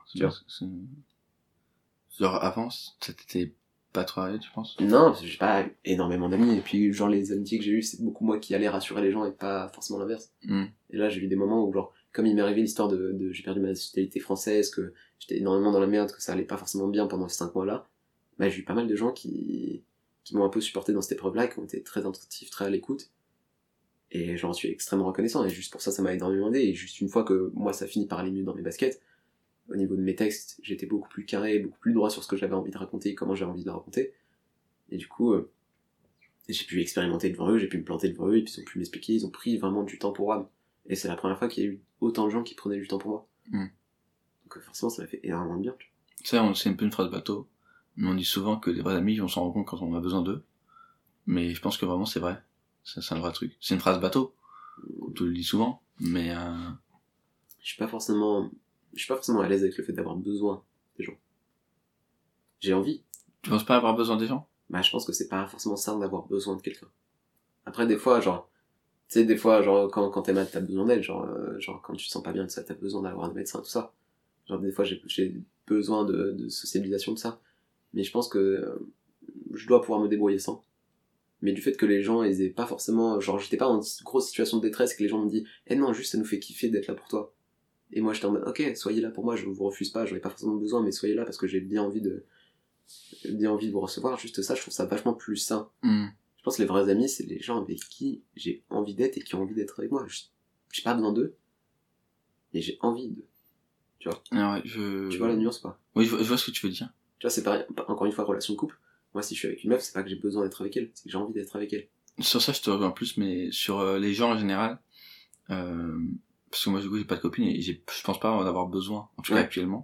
Genre avant c'était pas trop arrivé, tu penses? Non, parce que j'ai pas énormément d'amis, et puis genre les amitiés que j'ai eues c'est beaucoup moi qui allais rassurer les gens et pas forcément l'inverse. Et là j'ai eu des moments où genre comme il m'est arrivé l'histoire de j'ai perdu ma nationalité française, que j'étais énormément dans la merde, que ça allait pas forcément bien pendant ces 5 mois là, bah j'ai eu pas mal de gens qui m'ont un peu supporté dans cette épreuve là, qui ont été très attentifs, très à l'écoute, et j'en suis extrêmement reconnaissant, et juste pour ça m'a énormément aidé. Et juste une fois que moi ça finit par aller mieux dans mes baskets, au niveau de mes textes j'étais beaucoup plus carré, beaucoup plus droit sur ce que j'avais envie de raconter et comment j'avais envie de le raconter, et du coup j'ai pu expérimenter devant eux, j'ai pu me planter devant eux, et puis ils ont pu m'expliquer, ils ont pris vraiment du temps pour moi. Et c'est la première fois qu'il y a eu autant de gens qui prenaient du temps pour moi. Donc forcément ça m'a fait énormément de bien. Tu sais, c'est un peu une phrase bateau, mais on dit souvent que les vrais amis on s'en rend compte quand on a besoin d'eux, mais je pense que vraiment c'est vrai, c'est un vrai truc. C'est une phrase bateau, on te le dit souvent, mais je suis pas forcément à l'aise avec le fait d'avoir besoin des gens. J'ai envie. Tu penses pas avoir besoin des gens? Bah je pense que c'est pas forcément ça d'avoir besoin de quelqu'un. Après des fois genre tu sais, des fois, genre, quand t'es malade, t'as besoin d'aide, genre, quand tu te sens pas bien, tout ça, t'as besoin d'avoir un médecin, tout ça. Genre, des fois, j'ai besoin de sociabilisation, tout ça. Mais je pense que je dois pouvoir me débrouiller sans. Mais du fait que les gens, ils aient pas forcément, genre, j'étais pas en grosse situation de détresse, et que les gens m'ont dit, non, juste, ça nous fait kiffer d'être là pour toi. Et moi, j'étais en mode, ok, soyez là pour moi, je vous refuse pas, j'en ai pas forcément besoin, mais soyez là parce que j'ai bien envie de vous recevoir. Juste ça, je trouve ça vachement plus sain. Je pense que les vrais amis, c'est les gens avec qui j'ai envie d'être et qui ont envie d'être avec moi. J'ai pas besoin d'eux, mais j'ai envie d'eux. Tu vois? Ah ouais, tu vois la nuance ou pas? Oui, je vois ce que tu veux dire. Tu vois, c'est pareil, encore une fois, relation de couple. Moi, si je suis avec une meuf, c'est pas que j'ai besoin d'être avec elle, c'est que j'ai envie d'être avec elle. Sur ça, je te rejoins plus, mais sur les gens en général, parce que moi, du coup, j'ai pas de copine et je pense pas en avoir besoin, en tout cas actuellement.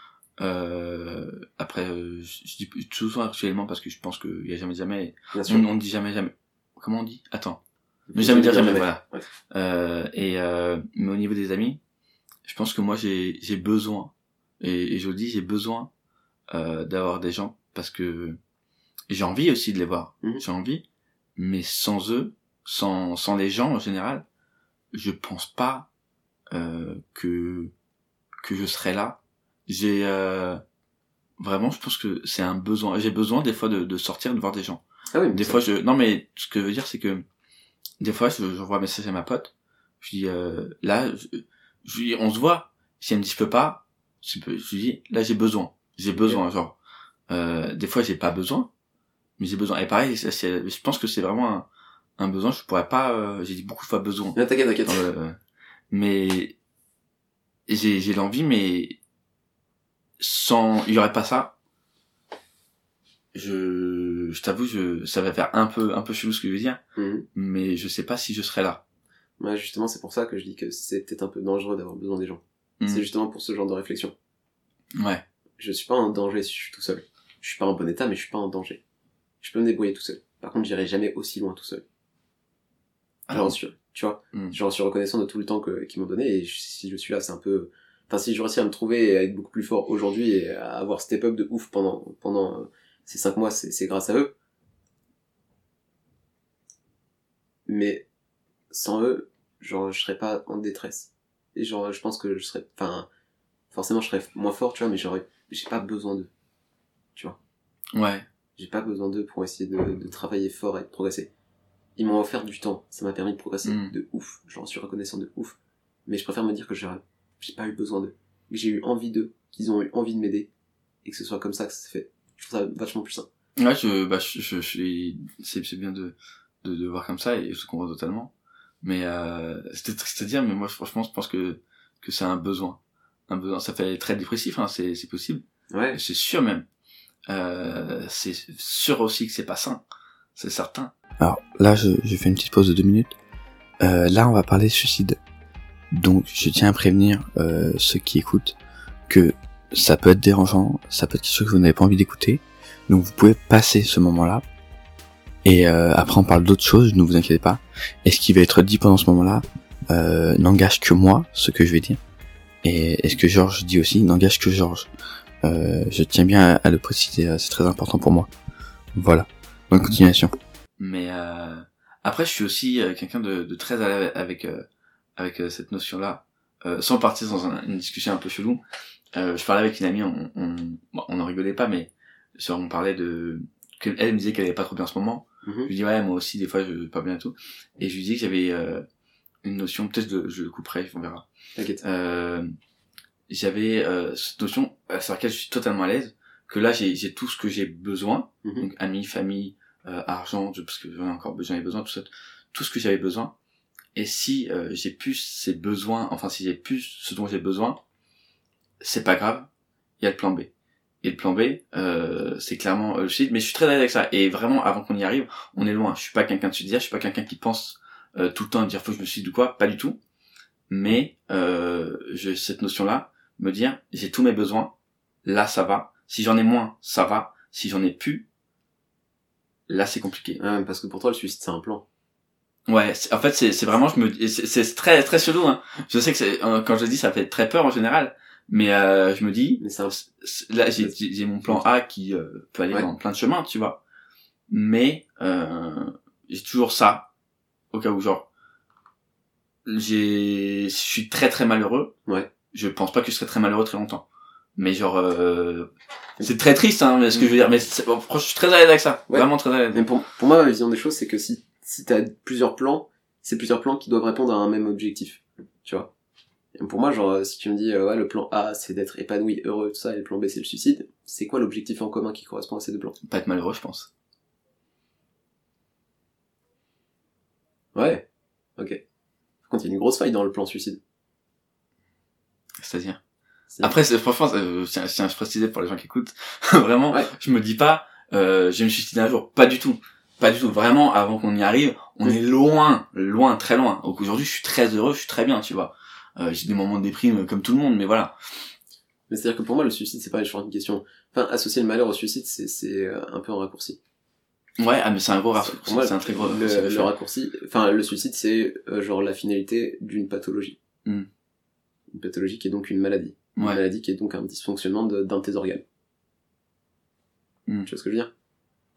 Après je dis souvent actuellement parce que je pense qu'il y a jamais on dit jamais comment on dit, attends, ne jamais dire jamais, voilà. Mais au niveau des amis, je pense que moi j'ai besoin, et je le dis, j'ai besoin d'avoir des gens parce que j'ai envie aussi de les voir, j'ai envie, mais sans eux, sans les gens en général, je pense pas que je serais là. J'ai vraiment, je pense que c'est un besoin. J'ai besoin des fois de sortir, de voir des gens. Ah oui, des fois non mais ce que je veux dire c'est que des fois j'envoie un message à ma pote, je dis là je lui dis on se voit, si elle me dit je peux pas, je lui dis là j'ai besoin genre des fois j'ai pas besoin mais j'ai besoin, et pareil je pense que c'est vraiment un besoin, je pourrais pas j'ai dit beaucoup de fois besoin. Non, t'inquiète. Mais j'ai l'envie, mais il y aurait pas ça, je t'avoue, ça va faire un peu chelou ce que je veux dire, mais je sais pas si je serais là. Ouais, justement, c'est pour ça que je dis que c'est peut-être un peu dangereux d'avoir besoin des gens. C'est justement pour ce genre de réflexion. Ouais. Je suis pas en danger si je suis tout seul. Je suis pas en bon état, mais je suis pas en danger. Je peux me débrouiller tout seul. Par contre, j'irai jamais aussi loin tout seul. J'en suis, tu vois, j'en suis reconnaissant de tout le temps qu'ils m'ont donné, et si je suis là, c'est un peu, enfin, si je réussis à me trouver et à être beaucoup plus fort aujourd'hui et à avoir step up de ouf pendant ces 5 mois, c'est grâce à eux. Mais sans eux, genre, je serais pas en détresse. Et genre, je pense que je serais, enfin, forcément, je serais moins fort, tu vois, mais j'ai pas besoin d'eux. Tu vois. Ouais. J'ai pas besoin d'eux pour essayer de travailler fort et de progresser. Ils m'ont offert du temps, ça m'a permis de progresser de ouf, j'en suis reconnaissant de ouf. Mais je préfère me dire que j'ai pas eu besoin d'eux, que j'ai eu envie d'eux, qu'ils ont eu envie de m'aider, et que ce soit comme ça que ça s'est fait. Je trouve ça vachement plus sain. Ouais, je suis, c'est bien de voir comme ça, et je comprends totalement. Mais c'était triste à dire, mais moi franchement je pense que c'est un besoin, ça fait très dépressif, hein, c'est possible. Ouais. C'est sûr même. C'est sûr aussi que c'est pas sain, c'est certain. Alors là, je fais une petite pause de 2 minutes. Là, on va parler suicide. Donc, je tiens à prévenir ceux qui écoutent que ça peut être dérangeant, ça peut être quelque chose que vous n'avez pas envie d'écouter. Donc, vous pouvez passer ce moment-là. Et après, on parle d'autres choses, ne vous inquiétez pas. Et ce qui va être dit pendant ce moment-là n'engage que moi, ce que je vais dire. Et ce que Georges dit aussi n'engage que Georges. Je tiens bien à le préciser, c'est très important pour moi. Voilà. Bonne continuation. Mais après, je suis aussi quelqu'un de très à l'aise avec cette notion-là, sans partir dans une discussion un peu chelou. Je parlais avec une amie, on en rigolait pas, mais on parlait elle me disait qu'elle allait pas trop bien en ce moment. Je lui dis ouais, moi aussi des fois je vais pas bien et tout. Et je lui dis que j'avais une notion, peut-être je le couperai, on verra. T'inquiète. J'avais cette notion sur laquelle je suis totalement à l'aise, que là j'ai tout ce que j'ai besoin, donc amis, famille, argent, parce que j'en ai besoin, tout ce que j'avais besoin. Et si j'ai plus ces besoins, enfin si j'ai plus ce dont j'ai besoin, c'est pas grave, il y a le plan B. Et le plan B, c'est clairement le suicide, mais je suis très à l'aise avec ça. Et vraiment, avant qu'on y arrive, on est loin. Je suis pas quelqu'un de suicidaire, je suis pas quelqu'un qui pense tout le temps à dire faut que je me suicide ou quoi, pas du tout. Mais j'ai cette notion-là, me dire j'ai tous mes besoins, là ça va. Si j'en ai moins, ça va. Si j'en ai plus, là c'est compliqué. Parce que pour toi le suicide c'est un plan. Ouais, en fait c'est vraiment c'est très très chelou, hein. Je sais que quand je le dis ça fait très peur en général, mais je me dis là j'ai mon plan A qui peut aller dans plein de chemins, tu vois. Mais j'ai toujours ça au cas où genre je suis très très malheureux. Ouais. Je pense pas que je serais très malheureux très longtemps. Mais genre c'est très triste hein, ce que je veux dire, mais franchement je suis très à l'aise avec ça, vraiment très à l'aise. Mais pour moi ma vision des choses c'est que si t'as plusieurs plans, c'est plusieurs plans qui doivent répondre à un même objectif, tu vois. Et pour moi genre si tu me dis le plan A c'est d'être épanoui, heureux, tout ça, et le plan B c'est le suicide, c'est quoi l'objectif en commun qui correspond à ces deux plans? Pas être malheureux je pense. Ouais. Ok. Par contre il y a une grosse faille dans le plan suicide. C'est-à-dire après franchement je tiens à préciser pour les gens qui écoutent vraiment je me dis pas je vais me suicider un jour, pas du tout, vraiment. Avant qu'on y arrive on est loin, très loin. Donc aujourd'hui je suis très heureux, je suis très bien, tu vois. J'ai des moments de déprime comme tout le monde, mais voilà. Mais c'est à dire que pour moi le suicide c'est pas une question, enfin associer le malheur au suicide c'est un peu un raccourci. Ouais, mais c'est un gros raccourci. Pour moi, c'est un très gros le raccourci, enfin le suicide c'est genre la finalité d'une pathologie. Une pathologie qui est donc une maladie. Une maladie qui est donc un dysfonctionnement d'un de tes organes. Tu vois ce que je veux dire?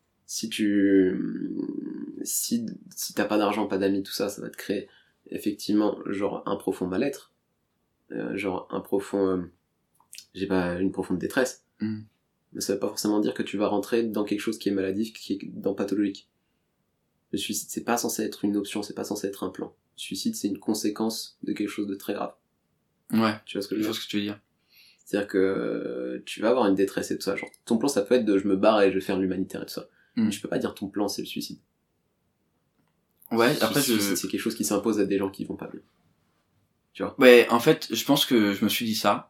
Si t'as pas d'argent, pas d'amis, tout ça, ça va te créer effectivement genre un profond mal-être, genre un profond, une profonde détresse. mais ça veut pas forcément dire que tu vas rentrer dans quelque chose qui est maladif, qui est dans pathologique. Le suicide, c'est pas censé être une option, c'est pas censé être un plan. Le suicide, c'est une conséquence de quelque chose de très grave. Ouais. Tu vois ce que je veux dire? Ce que tu veux dire. C'est-à-dire que tu vas avoir une détresse et tout ça. Genre, ton plan, ça peut être de je me barre et je vais faire l'humanitaire et tout ça. Mais tu peux pas dire ton plan, c'est le suicide. Ouais, après c'est quelque chose qui s'impose à des gens qui vont pas bien. Tu vois? Ouais, en fait, je pense que je me suis dit ça.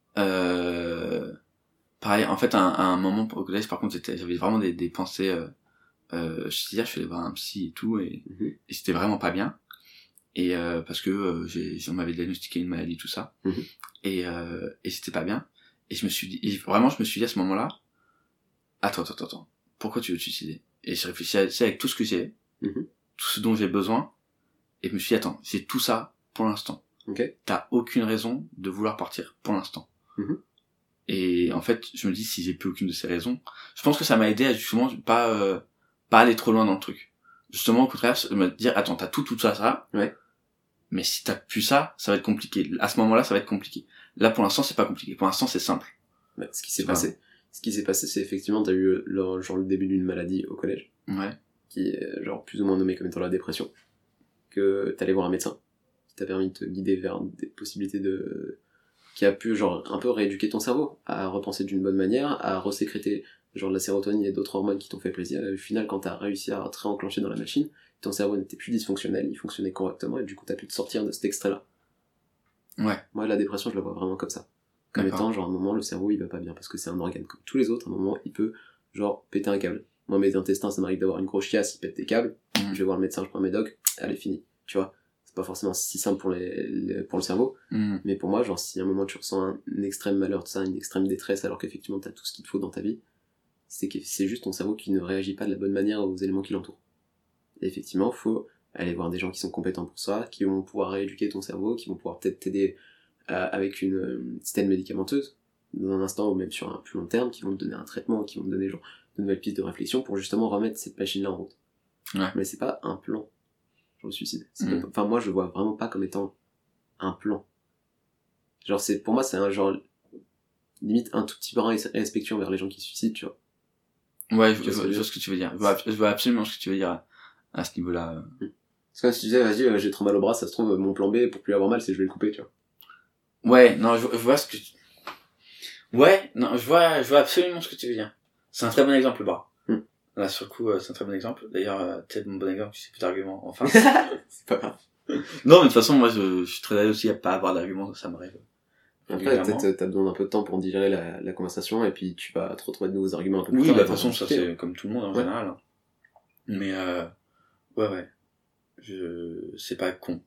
Pareil, en fait, à un moment au collège, par contre, j'avais vraiment des pensées, je suis allé voir un psy et tout, et c'était vraiment pas bien. Et, parce que, on m'avait diagnostiqué une maladie, tout ça. Et c'était pas bien. Et je me suis dit à ce moment-là, attends. Pourquoi tu veux te suicider? Et je réfléchis avec tout ce que j'ai, tout ce dont j'ai besoin, et je me suis dit, attends, j'ai tout ça pour l'instant. Okay. T'as aucune raison de vouloir partir pour l'instant. Et en fait, je me dis, si j'ai plus aucune de ces raisons, je pense que ça m'a aidé à justement pas aller trop loin dans le truc. Justement, au contraire, me dire, attends, t'as tout ça, ouais. Mais si t'as plus ça, ça va être compliqué. À ce moment-là, ça va être compliqué. Là, pour l'instant, c'est pas compliqué. Pour l'instant, c'est simple. Bah, ce qui s'est passé, c'est effectivement, t'as eu le début d'une maladie au collège. Ouais. Qui est genre plus ou moins nommée comme étant la dépression. Que t'allais voir un médecin. Qui t'a permis de te guider vers des possibilités qui a pu genre un peu rééduquer ton cerveau à repenser d'une bonne manière, à resécréter genre de la sérotonine et d'autres hormones qui t'ont fait plaisir. Et au final, quand t'as réussi à te réenclencher dans la machine, ton cerveau n'était plus dysfonctionnel, il fonctionnait correctement et du coup t'as pu te sortir de cet extrait-là. Ouais. Moi, la dépression, je la vois vraiment comme ça. Comme étant genre à un moment le cerveau il va pas bien parce que c'est un organe comme tous les autres. À un moment il peut genre péter un câble. Moi, mes intestins, ça m'arrive d'avoir une grosse chiasse, ils pètent des câbles. Je vais voir le médecin, je prends mes docs, allez, fini. Tu vois, c'est pas forcément si simple pour le cerveau, mais pour moi, genre, si à un moment tu ressens un extrême malheur, tout ça, une extrême détresse, alors qu'effectivement t'as tout ce qu'il te faut dans ta vie, c'est juste ton cerveau qui ne réagit pas de la bonne manière aux éléments qui l'entourent. Et effectivement, faut aller voir des gens qui sont compétents pour ça, qui vont pouvoir rééduquer ton cerveau, qui vont pouvoir peut-être t'aider avec une système médicamenteuse, dans un instant ou même sur un plus long terme, qui vont te donner un traitement, qui vont te donner genre de nouvelles pistes de réflexion pour justement remettre cette machine-là en route. Ouais. Mais c'est pas un plan. Genre le suicide. Enfin, moi, je le vois vraiment pas comme étant un plan. Genre, pour moi, c'est un genre, limite, un tout petit peu respectueux envers les gens qui se suicident, tu vois. Ouais, je vois ce que tu veux dire. Je vois absolument ce que tu veux dire à ce niveau-là. C'est comme si tu disais, vas-y, j'ai trop mal au bras, ça se trouve, mon plan B, pour plus avoir mal, c'est je vais le couper, tu vois. Ouais, non, je vois ce que Ouais, non, je vois absolument ce que tu veux dire. C'est un très bon exemple, le bras. Là, sur le coup, c'est un très bon exemple. D'ailleurs, peut-être mon bon exemple, tu sais plus d'arguments, enfin. C'est pas grave. Non, mais de toute façon, moi, je suis très à l'aise aussi à pas avoir d'arguments, ça m'arrive. Après, peut-être, t'as besoin d'un peu de temps pour digérer la conversation, et puis tu vas te retrouver de nouveaux arguments un peu plus tard. Oui, bah, de toute façon, ça, c'est comme tout le monde, en général. Mais, ouais. C'est pas con.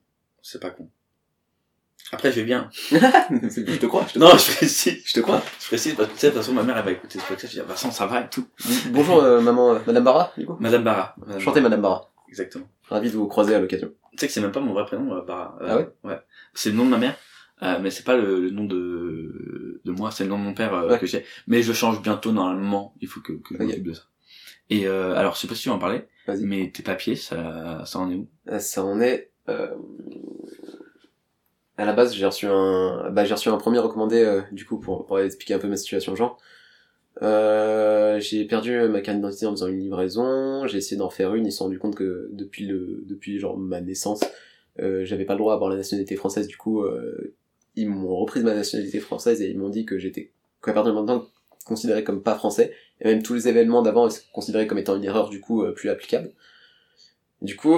Après, je vais bien. Je te crois. Non, je précise. Je te crois. Je précise parce que, tu sais, de toute façon, ma mère, elle va écouter ce podcast, je vais dire, Vincent, ça va et tout. Bonjour, maman, Madame Barra, du coup. Madame Barra. Chantez Madame Barra. Exactement. Ravi de vous croiser à l'occasion. Tu sais que c'est même pas mon vrai prénom, Barra. Ah ouais? Ouais. C'est le nom de ma mère, mais c'est pas le nom de moi, c'est le nom de mon père, que j'ai. Mais je change bientôt, normalement. Il faut que je m'occupe de ça. Et, alors, je sais pas si tu vas en parler. Vas-y. Mais tes papiers, ça en est où? Ça en est, à la base, j'ai reçu un premier recommandé, du coup, pour expliquer un peu ma situation, genre. J'ai perdu ma carte d'identité en faisant une livraison, j'ai essayé d'en refaire une, ils se sont rendus compte que depuis genre ma naissance, j'avais pas le droit à avoir la nationalité française, du coup, ils m'ont repris ma nationalité française et ils m'ont dit que qu'à partir de maintenant, considéré comme pas français, et même tous les événements d'avant, ils sont considérés comme étant une erreur, du coup, plus applicable. Du coup,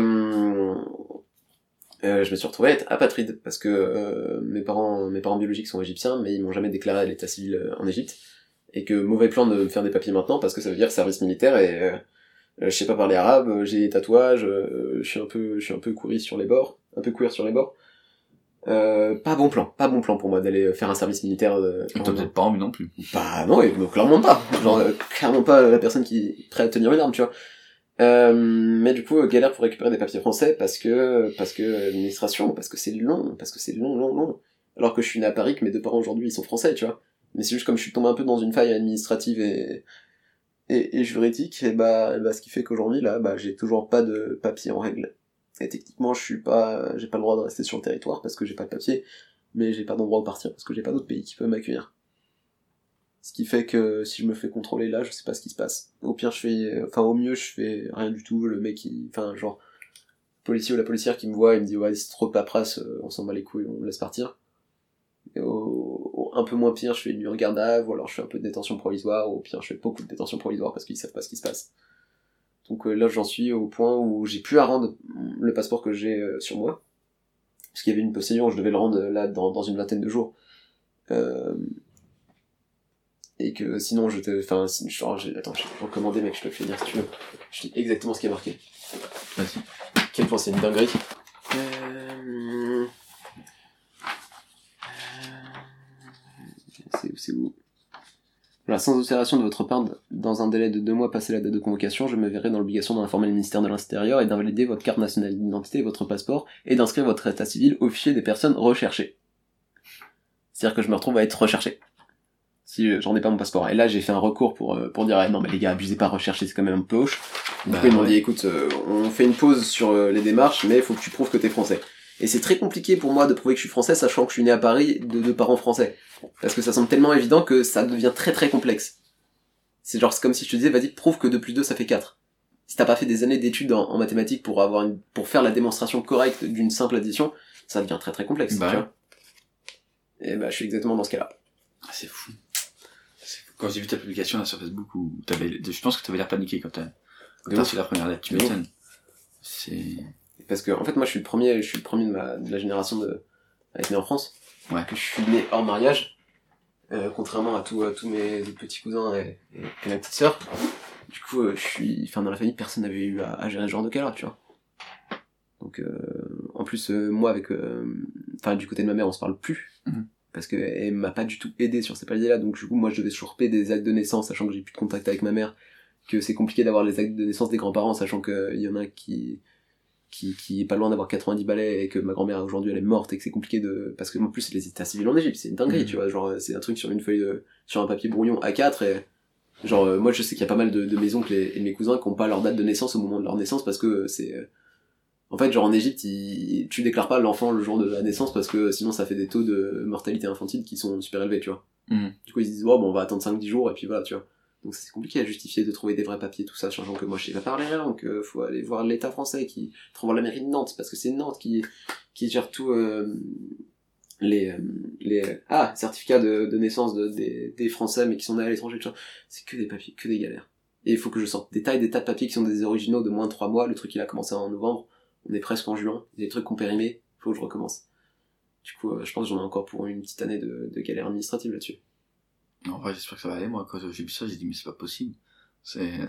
je me suis retrouvé à être apatride, parce que mes parents biologiques sont égyptiens, mais ils m'ont jamais déclaré à l'état civil en Égypte. Et que mauvais plan de me faire des papiers maintenant parce que ça veut dire service militaire et je sais pas parler arabe, j'ai des tatouages, je suis un peu queer sur les bords. Pas bon plan pour moi d'aller faire un service militaire. T'as peut-être pas envie non plus. Bah non, et clairement pas. Genre clairement pas la personne qui est prête à tenir une arme, tu vois. Mais du coup galère pour récupérer des papiers français parce que l'administration, parce que c'est long. Alors que je suis né à Paris, que mes deux parents aujourd'hui ils sont français, tu vois. Mais c'est juste comme je suis tombé un peu dans une faille administrative et juridique, et bah ce qui fait qu'aujourd'hui là, j'ai toujours pas de papier en règle. Et techniquement, j'ai pas le droit de rester sur le territoire parce que j'ai pas de papier, mais j'ai pas d'endroit où partir parce que j'ai pas d'autre pays qui peut m'accueillir. Ce qui fait que si je me fais contrôler là, je sais pas ce qui se passe. Au pire, au mieux, je fais rien du tout. Le mec, genre, policier ou la policière qui me voit, il me dit ouais, c'est trop de paperasse, on s'en bat les couilles, on laisse partir. Et un peu moins pire, je fais une garde à vue, ou alors je fais un peu de détention provisoire, ou au pire, je fais beaucoup de détention provisoire parce qu'ils savent pas ce qui se passe. Donc là, j'en suis au point où j'ai plus à rendre le passeport que j'ai sur moi. Parce qu'il y avait une procédure où je devais le rendre là dans une vingtaine de jours. Et que sinon attends, j'ai recommandé, mec, je te le fais dire si tu veux. Je dis exactement ce qui est marqué. Vas-y. Quel point c'est une dinguerie. C'est où? Voilà, sans observation de votre part, dans un délai de 2 mois passé la date de convocation, je me verrai dans l'obligation d'informer le ministère de l'Intérieur et d'invalider votre carte nationale d'identité et votre passeport, et d'inscrire votre état civil au fichier des personnes recherchées. C'est-à-dire que je me retrouve à être recherché. Si j'en ai pas mon passeport. Et là, j'ai fait un recours pour dire, ah, non, mais les gars, abusez pas, rechercher, c'est quand même un peu hoche. Du coup, ils m'ont dit, écoute, on fait une pause sur les démarches, mais il faut que tu prouves que t'es français. Et c'est très compliqué pour moi de prouver que je suis français, sachant que je suis né à Paris de 2 parents français. Parce que ça semble tellement évident que ça devient très très complexe. C'est comme si je te disais, vas-y, prouve que 2 plus 2 ça fait 4. Si t'as pas fait des années d'études en mathématiques pour faire la démonstration correcte d'une simple addition, ça devient très très complexe, tu vois. Et je suis exactement dans ce cas-là. Ah, c'est fou. Quand j'ai vu ta publication là, sur Facebook, je pense que t'avais l'air paniqué quand t'as reçu la première lettre, tu m'étonnes. Parce que, en fait, moi, je suis le premier de la génération à être né en France. Ouais. Que je suis né hors mariage. Contrairement à tous mes petits cousins et ma petite sœur. Du coup, dans la famille, personne n'avait eu à gérer ce genre de cas-là, tu vois. Donc, en plus, moi, du côté de ma mère, on se parle plus. Mm-hmm. Parce que elle m'a pas du tout aidé sur ces paliers-là. Donc, du coup, moi, je devais choper des actes de naissance, sachant que j'ai plus de contact avec ma mère. Que c'est compliqué d'avoir les actes de naissance des grands-parents, sachant qu'il y en a qui est pas loin d'avoir 90 balais et que ma grand-mère aujourd'hui elle est morte et que c'est compliqué parce que en plus c'est les états civils en Égypte, c'est une dinguerie, tu vois, genre c'est un truc sur une feuille sur un papier brouillon A4 et genre moi je sais qu'il y a pas mal de mes oncles et mes cousins qui ont pas leur date de naissance au moment de leur naissance parce que c'est en fait genre en Égypte tu déclares pas l'enfant le jour de la naissance parce que sinon ça fait des taux de mortalité infantile qui sont super élevés, tu vois. Du coup ils se disent on va attendre 5-10 jours et puis voilà, tu vois. Donc c'est compliqué à justifier de trouver des vrais papiers, tout ça, sachant que moi je sais pas parler la langue, faut aller voir l'État français qui te renvoie la mairie de Nantes, parce que c'est Nantes qui gère tout les certificats de naissance des Français mais qui sont nés à l'étranger, tu vois. C'est que des papiers, que des galères. Et il faut que je sorte des tas et des tas de papiers qui sont des originaux de moins de 3 mois, le truc il a commencé en novembre, on est presque en juin, il y a des trucs qu'on périmé, faut que je recommence. Du coup je pense que j'en ai encore pour une petite année de galère administrative là-dessus. En vrai, j'espère que ça va aller, moi. Quand j'ai vu ça, j'ai dit, mais c'est pas possible. C'est...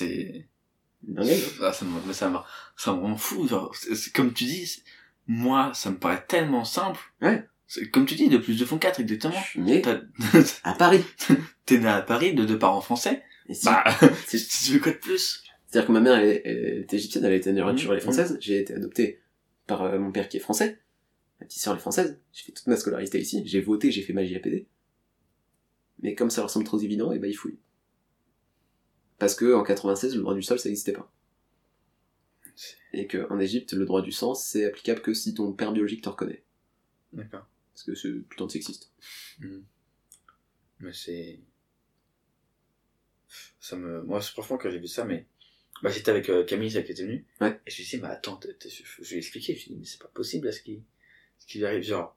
ça me rend fou, genre. C'est comme tu dis, moi, ça me paraît tellement simple. Ouais. C'est, comme tu dis, 2 plus 2 font 4, exactement. Je suis né à Paris. T'es né à Paris, de 2 parents français. Et si, tu veux quoi de plus? C'est-à-dire que ma mère, elle est égyptienne, elle a été naturelle française. J'ai été adopté par mon père qui est français. Ma petite sœur est française. J'ai fait toute ma scolarité ici. J'ai voté, j'ai fait ma JAPD. Mais comme ça leur semble trop évident, ils fouillent. Parce que en 96, le droit du sol, ça n'existait pas. Et que en Égypte, le droit du sang, c'est applicable que si ton père biologique te reconnaît. D'accord. Parce que c'est tout le temps sexiste. Mais c'est... Moi, franchement, quand j'ai vu ça, mais... j'étais avec Camille, celle qui était venue. Ouais. Et je lui ai dit, mais attends, je lui ai expliqué. Je lui ai dit, mais c'est pas possible, là, ce qui lui arrive, genre...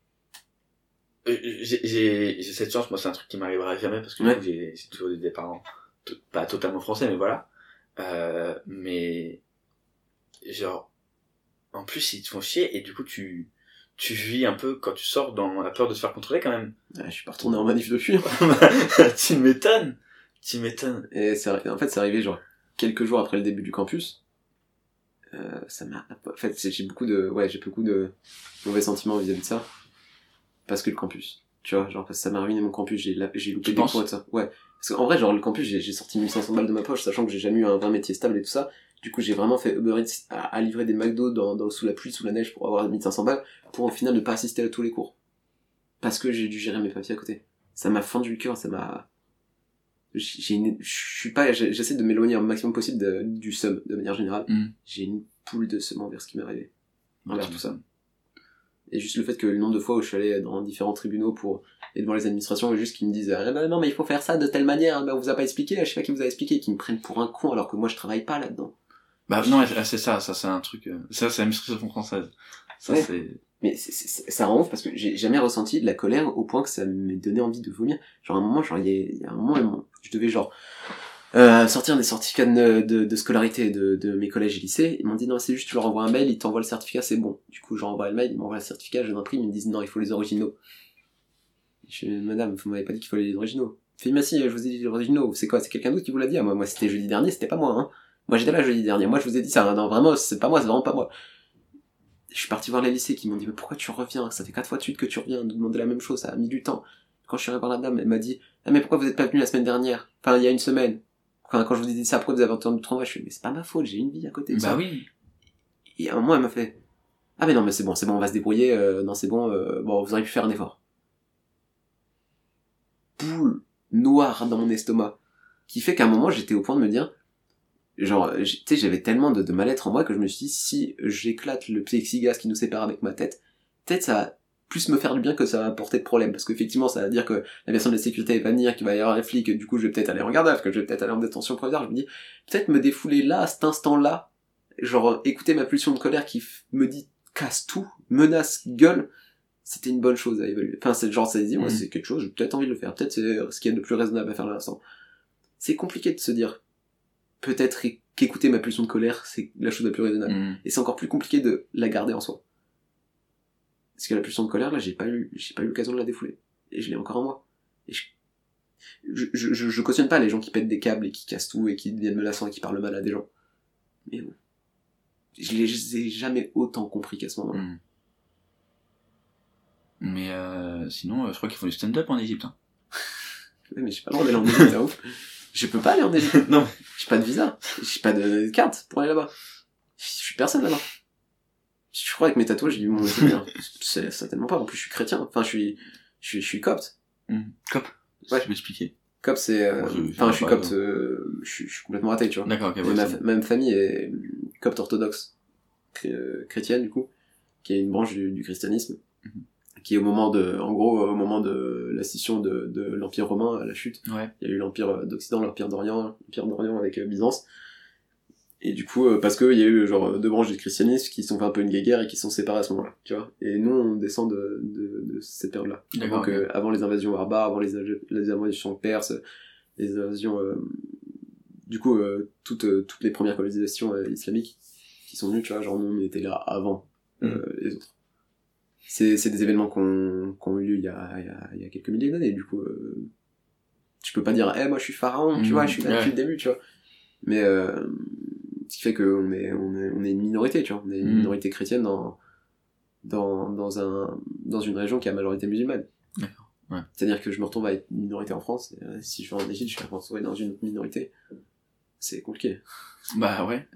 J'ai cette chance, moi c'est un truc qui m'arrivera jamais parce que j'ai toujours des parents pas totalement français mais voilà mais genre en plus ils te font chier et du coup tu vis un peu quand tu sors dans la peur de se faire contrôler quand même. Je suis pas retourné en manif depuis. tu m'étonnes et en fait c'est arrivé genre quelques jours après le début du campus. En fait j'ai beaucoup de mauvais sentiments vis-à-vis de ça. Parce que le campus, tu vois, genre parce que ça m'a ruiné mon campus, j'ai loupé des cours et tout ça. Ouais. Parce qu'en vrai, genre le campus, j'ai sorti 1500 balles de ma poche, sachant que j'ai jamais eu un vrai métier stable et tout ça. Du coup, j'ai vraiment fait Uber Eats à livrer des McDo sous la pluie, sous la neige pour avoir 1500 balles, pour au final ne pas assister à tous les cours. Parce que j'ai dû gérer mes papiers à côté. Ça m'a fendu le cœur, ça m'a... J'essaie de m'éloigner un maximum possible du seum, de manière générale. J'ai une poule de seum envers ce qui m'est arrivé. Envers tout ça. Et juste le fait que le nombre de fois où je suis allé dans différents tribunaux et devant les administrations, et juste qu'ils me disent non mais il faut faire ça de telle manière, on vous a pas expliqué, je sais pas qui vous a expliqué, et qu'ils me prennent pour un con alors que moi je travaille pas là-dedans. Bah non, c'est ça c'est un truc, ça c'est la administration française. Ça ouais. c'est... Mais ça rend ouf parce que j'ai jamais ressenti de la colère au point que ça me donnait envie de vomir. Genre à un moment, il y a un moment, je devais sortir des certificats de scolarité de mes collèges et lycées. Ils m'ont dit non, c'est juste tu leur envoies un mail, ils t'envoient le certificat, c'est bon. Du coup, j'envoie le mail, ils m'envoient le certificat, je l'imprime, ils me disent non, il faut les originaux. Je dis madame, vous m'avez pas dit qu'il fallait les originaux. Fait mais si, je vous ai dit les originaux. C'est quoi, c'est quelqu'un d'autre qui vous l'a dit? Moi c'était jeudi dernier, c'était pas moi hein. Moi j'étais là jeudi dernier. Moi je vous ai dit ça. Non, vraiment, c'est pas moi, c'est vraiment pas moi. Je suis parti voir les lycées qui m'ont dit mais pourquoi tu reviens? Ça fait 4 fois de suite que tu reviens, nous demander la même chose, ça a mis du temps. Quand je suis arrivé voir la dame, elle m'a dit ah mais pourquoi vous êtes pas venu la semaine dernière? Enfin il y a une semaine. Quand je vous ai dit ça, pourquoi vous avez entendu 3 mois? Je suis mais c'est pas ma faute, j'ai une vie à côté de ça. Bah oui. Et à un moment elle m'a fait ah mais non mais c'est bon, on va se débrouiller, non c'est bon, bon vous auriez pu faire un effort. Boule noire dans mon estomac qui fait qu'à un moment j'étais au point de me dire genre, tu sais, j'avais tellement de mal-être en moi que je me suis dit, si j'éclate le plexiglas qui nous sépare avec ma tête, peut-être ça va plus me faire du bien que ça va apporter de problème, parce qu'effectivement, ça va dire que la personne de la sécurité va venir, qu'il va y avoir les flics, du coup, je vais peut-être aller en garde à vue, que je vais peut-être aller en détention provisoire, je me dis, peut-être me défouler là, à cet instant-là, genre, écouter ma pulsion de colère qui me dit, casse tout, menace, gueule, c'était une bonne chose à évaluer. Enfin, c'est genre, ça se dit, moi, c'est quelque chose, j'ai peut-être envie de le faire, peut-être c'est ce qui est le plus raisonnable à faire à l'instant. C'est compliqué de se dire, peut-être qu'écouter ma pulsion de colère, c'est la chose la plus raisonnable. Et c'est encore plus compliqué de la garder en soi. Parce que la pulsion de colère, là, j'ai pas eu l'occasion de la défouler. Et je l'ai encore en moi. Et je cautionne pas les gens qui pètent des câbles et qui cassent tout et qui deviennent menaçants et qui parlent mal à des gens. Mais bon. Je les ai jamais autant compris qu'à ce moment-là. Mais sinon, je crois qu'ils font du stand-up en Égypte. Hein. Ouais, mais j'ai pas le droit d'aller en Égypte, c'est ouf. Je peux pas aller en Égypte. Non. J'ai pas de visa. J'ai pas de carte pour aller là-bas. Je suis personne là-bas. Je crois avec mes tatouages, j'ai dit bon, c'est certainement pas. En plus, je suis chrétien. Enfin, je suis copte. Copte. Ouais. Je vais expliquer. Copte, c'est, enfin, je suis copte, je suis complètement athée, tu vois. D'accord, ok. Ma famille est copte orthodoxe, chrétienne, du coup, qui est une branche du christianisme. Qui est au moment de la scission de l'Empire romain à la chute. Ouais. Il y a eu l'Empire d'Occident, l'Empire d'Orient avec Byzance. Et du coup, parce que il y a eu genre 2 branches du christianisme qui sont fait un peu une guerre et qui sont séparées à ce moment-là, tu vois. Et nous, on descend de cette période-là. Donc, avant les invasions barbares, avant les invasions perses, les invasions, du coup, toutes les premières colonisations islamiques qui sont venues, tu vois, genre nous, on était là avant les autres. C'est des événements qui ont eu lieu il y a quelques milliers d'années, du coup, tu peux pas dire, moi je suis pharaon, tu vois, je suis là depuis le début, tu vois. Mais, ce qui fait qu'on est une minorité, tu vois. On est une minorité chrétienne dans une région qui a majorité musulmane. D'accord. Ouais. C'est-à-dire que je me retrouve à être une minorité en France, et si je vais en Égypte, je vais me retrouver dans une minorité. C'est compliqué. Bah ouais.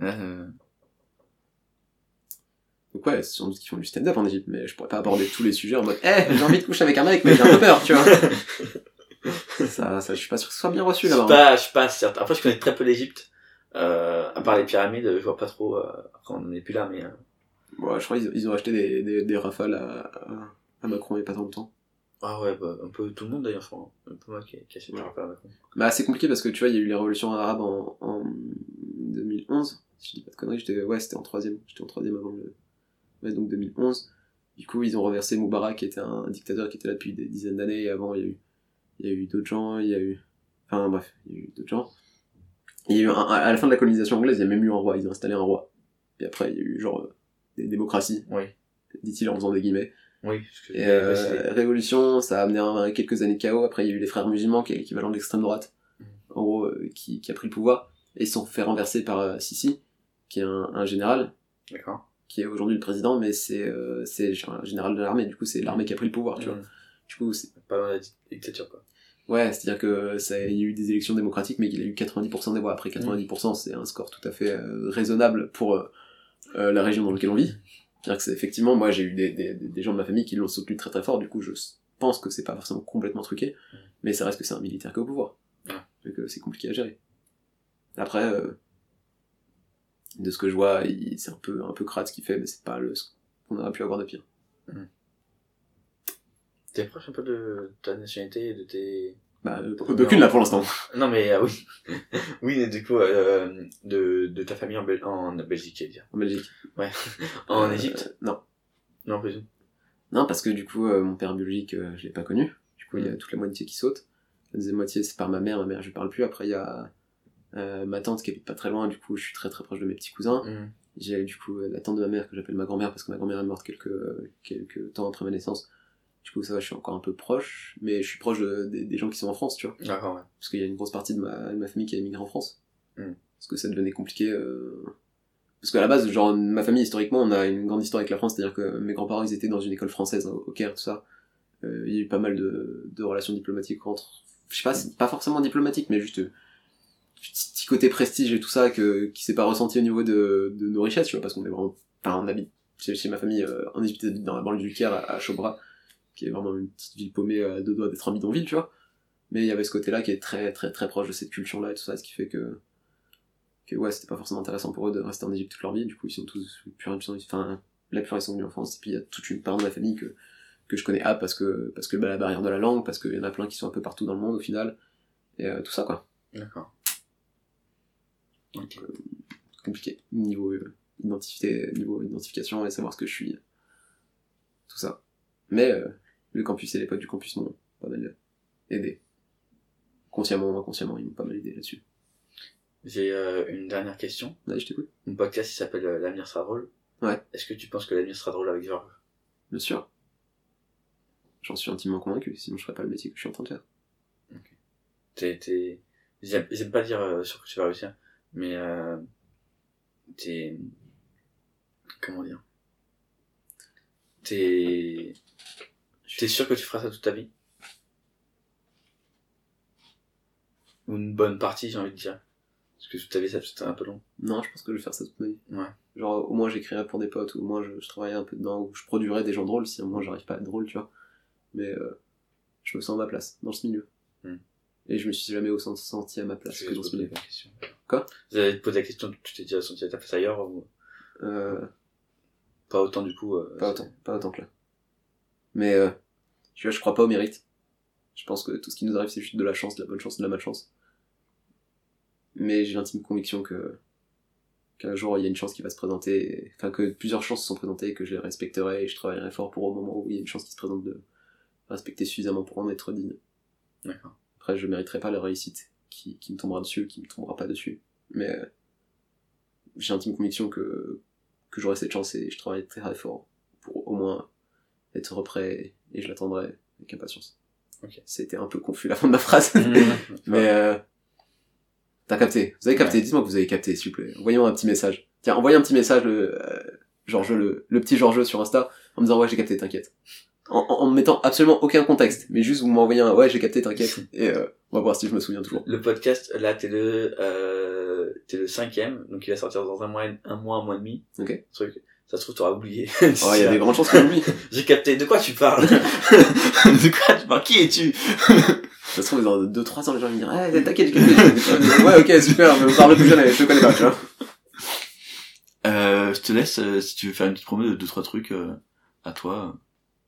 Donc ouais, c'est sans doute qu'ils font du stand-up en Égypte, mais je pourrais pas aborder tous les sujets en mode j'ai envie de coucher avec un mec, mais j'ai un peu peur, tu vois. ça, je suis pas sûr que ce soit bien reçu là-bas. Je suis pas certain. Après, je connais très peu l'Égypte. À part les pyramides, je vois pas trop, après on en est plus là, mais ouais, je crois qu'ils ont acheté des rafales à Macron il y a pas tant de temps. Ah ouais, bah, un peu tout le monde d'ailleurs, je crois. Un peu moi qui achète des rafales à Macron. Bah, c'est compliqué parce que tu vois, il y a eu les révolutions arabes en 2011. Si je dis pas de conneries, c'était en 3ème. J'étais en 3ème avant ouais, donc 2011. Du coup, ils ont renversé Moubarak, qui était un dictateur qui était là depuis des dizaines d'années, et avant, il y a eu d'autres gens, il y a eu d'autres gens. Il y a eu à la fin de la colonisation anglaise, il y a même eu un roi, ils ont installé un roi. Et après, il y a eu genre des démocraties, dit-il en faisant des guillemets. Oui. Et révolution, ça a amené quelques années de chaos. Après, il y a eu les frères musulmans, qui est l'équivalent de l'extrême droite, en gros, qui a pris le pouvoir, et ils se sont fait renverser par Sisi, qui est un général. D'accord. Qui est aujourd'hui le président, mais c'est un général de l'armée, du coup c'est l'armée qui a pris le pouvoir, tu vois. Du coup c'est pas dans la dictature, quoi. Ouais, c'est-à-dire que il y a eu des élections démocratiques, mais qu'il a eu 90% des voix. Après 90%, c'est un score tout à fait raisonnable pour la région dans laquelle on vit. C'est-à-dire que c'est effectivement, moi j'ai eu des gens de ma famille qui l'ont soutenu très très fort, du coup je pense que c'est pas forcément complètement truqué, mais ça reste que c'est un militaire qui est au pouvoir. Donc c'est compliqué à gérer. Après, de ce que je vois, c'est un peu crade ce qu'il fait, mais c'est pas ce qu'on aurait pu avoir de pire. T'es proche un peu de ta nationalité et de tes... Bah, d'aucune là pour l'instant. Non mais oui. Oui, mais du coup, de ta famille en Belgique, j'allais dire. En Belgique. Ouais. En Égypte? Non. Non, plus. Non, parce que du coup, mon père biologique, je l'ai pas connu. Du coup, il y a toute la moitié qui saute. La deuxième moitié, c'est par ma mère je lui parle plus. Après, il y a ma tante qui habite pas très loin, du coup, je suis très très proche de mes petits cousins. J'ai du coup la tante de ma mère que j'appelle ma grand-mère parce que ma grand-mère est morte quelques temps après ma naissance. Du coup, ça va, je suis encore un peu proche, mais je suis proche des gens qui sont en France, tu vois. D'accord, ouais. Parce qu'il y a une grosse partie de ma famille qui a émigré en France. Parce que ça devenait compliqué. Parce qu'à la base, genre, ma famille, historiquement, on a une grande histoire avec la France, c'est-à-dire que mes grands-parents, ils étaient dans une école française au Caire, tout ça. Il y a eu pas mal de relations diplomatiques entre... Je sais pas, c'est pas forcément diplomatique, mais juste... petit côté prestige et tout ça qui s'est pas ressenti au niveau de nos richesses, tu vois, parce qu'on est vraiment... Enfin, on habite chez ma famille en Égypte, dans la banlieue du Caire, à Chobra, qui est vraiment une petite ville paumée à 2 doigts d'être un bidonville, tu vois. Mais il y avait ce côté-là qui est très très très proche de cette culture-là et tout ça, ce qui fait que ouais, c'était pas forcément intéressant pour eux de rester en Égypte toute leur vie. Du coup, ils sont tous enfin, la plupart ils sont venus en France, et puis il y a toute une part de ma famille que je connais parce que la barrière de la langue, parce qu'il y en a plein qui sont un peu partout dans le monde au final, et tout ça, quoi. D'accord. Ok. Compliqué. Niveau identification et savoir ce que je suis. Tout ça. Mais le campus et les potes du campus m'ont pas mal aidé. Consciemment ou inconsciemment, ils m'ont pas mal aidé là-dessus. J'ai une dernière question. Ouais, je t'écoute. Mon podcast, il s'appelle L'avenir sera drôle. Ouais. Est-ce que tu penses que l'avenir sera drôle avec Georges? Bien sûr. J'en suis intimement convaincu, sinon je ferais pas le métier que je suis en train de faire. Ok. J'aime pas dire sur que tu vas réussir, mais comment dire? T'es sûr que tu feras ça toute ta vie? Ou une bonne partie, j'ai envie de dire. Parce que toute ta vie, ça peut être un peu long. Non, je pense que je vais faire ça toute ma vie. Ouais. Genre, au moins j'écrirais pour des potes, ou au moins je travaillerais un peu dedans, ou je produirais des gens drôles, si au moins j'arrive pas à être drôle, tu vois. Mais je me sens à ma place, dans ce milieu. Et je me suis jamais senti à ma place que dans ce milieu. Quoi? Vous avez posé la question, tu t'es déjà senti à ta place ailleurs ou... Pas autant du coup. Pas autant que là. Mais tu vois, je crois pas au mérite. Je pense que tout ce qui nous arrive c'est juste de la chance, de la bonne chance, de la malchance. Mais j'ai l'intime conviction qu'un jour il y a une chance qui va se présenter, enfin que plusieurs chances se sont présentées et que je les respecterai et je travaillerai fort pour au moment où il y a une chance qui se présente de respecter suffisamment pour en être digne. D'accord. Après je mériterai pas la réussite qui me tombera dessus, qui me tombera pas dessus. Mais j'ai l'intime conviction que j'aurai cette chance et je travaillerai très fort pour au moins être prêt et je l'attendrai avec impatience. Okay. C'était un peu confus la fin de ma phrase. Mais t'as capté. Vous avez capté. Ouais. Dites-moi que vous avez capté, s'il vous plaît. Envoyez-moi un petit message. Tiens, envoyez un petit message, Georges, le petit Georges sur Insta, en me disant ouais j'ai capté, t'inquiète. En me mettant absolument aucun contexte, mais juste vous m'envoyez un ouais j'ai capté, t'inquiète. Et on va voir si je me souviens toujours. Le podcast, là t'es le 5e, donc il va sortir dans un mois et demi. Ok. Truc. Ça se trouve t'auras oublié. Oh il y a des grandes chances que j'oublie. J'ai capté. De quoi tu parles? De quoi tu parles? Qui es-tu? Ça se trouve dans 2-3 ans les gens vont me dire ah t'inquiète j'ai capté. Ouais ok super, mais me parle plus jamais, je te connais pas tu vois. Je te laisse si tu veux faire une petite promo de 2-3 trucs à toi.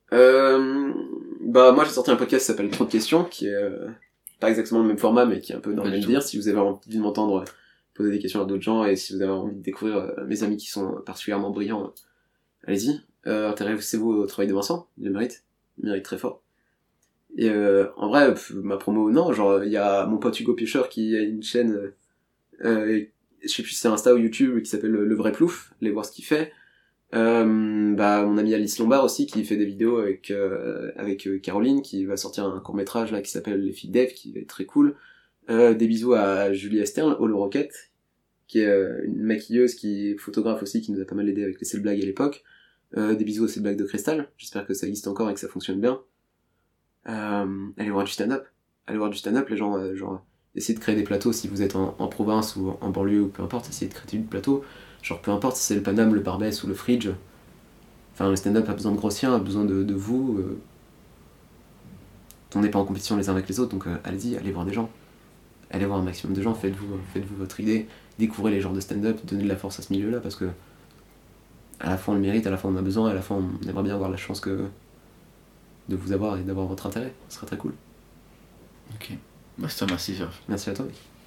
Bah moi j'ai sorti un podcast qui s'appelle Trop de questions, qui est pas exactement le même format mais qui est un peu dans le même dire. Si vous avez envie de m'entendre poser des questions à d'autres gens et si vous avez envie de découvrir mes amis qui sont particulièrement brillants, allez-y. Intéressez-vous au travail de Vincent, il le mérite très fort. Et en vrai ma promo non, genre il y a mon pote Hugo Piocheur qui a une chaîne je sais plus si c'est Insta ou YouTube qui s'appelle Le Vrai Plouf, allez voir ce qu'il fait. Mon ami Alice Lombard aussi qui fait des vidéos avec Caroline qui va sortir un court-métrage là qui s'appelle Les Filles d'Eve qui va être très cool. Des bisous à Julie Esterne, Holo Rocket, qui est une maquilleuse qui est photographe aussi, qui nous a pas mal aidé avec les C'est le Blague à l'époque. Des bisous aux C'est le Blague de Cristal, j'espère que ça existe encore et que ça fonctionne bien. Allez voir du stand-up, les gens, genre, essayez de créer des plateaux si vous êtes en province ou en banlieue ou peu importe, essayez de créer du plateau, genre peu importe si c'est le Paname, le Barbès ou le Fridge, enfin le stand-up a besoin de grossir, a besoin de vous, on n'est pas en compétition les uns avec les autres, donc allez-y, allez voir des gens. Allez voir un maximum de gens, faites-vous votre idée, découvrez les genres de stand-up, donnez de la force à ce milieu-là, parce que à la fois on le mérite, à la fois on en a besoin, à la fois on aimerait bien avoir la chance de de vous avoir et d'avoir votre intérêt. Ce serait très cool. Ok. Bah, je te remercie, Georges. Merci à toi.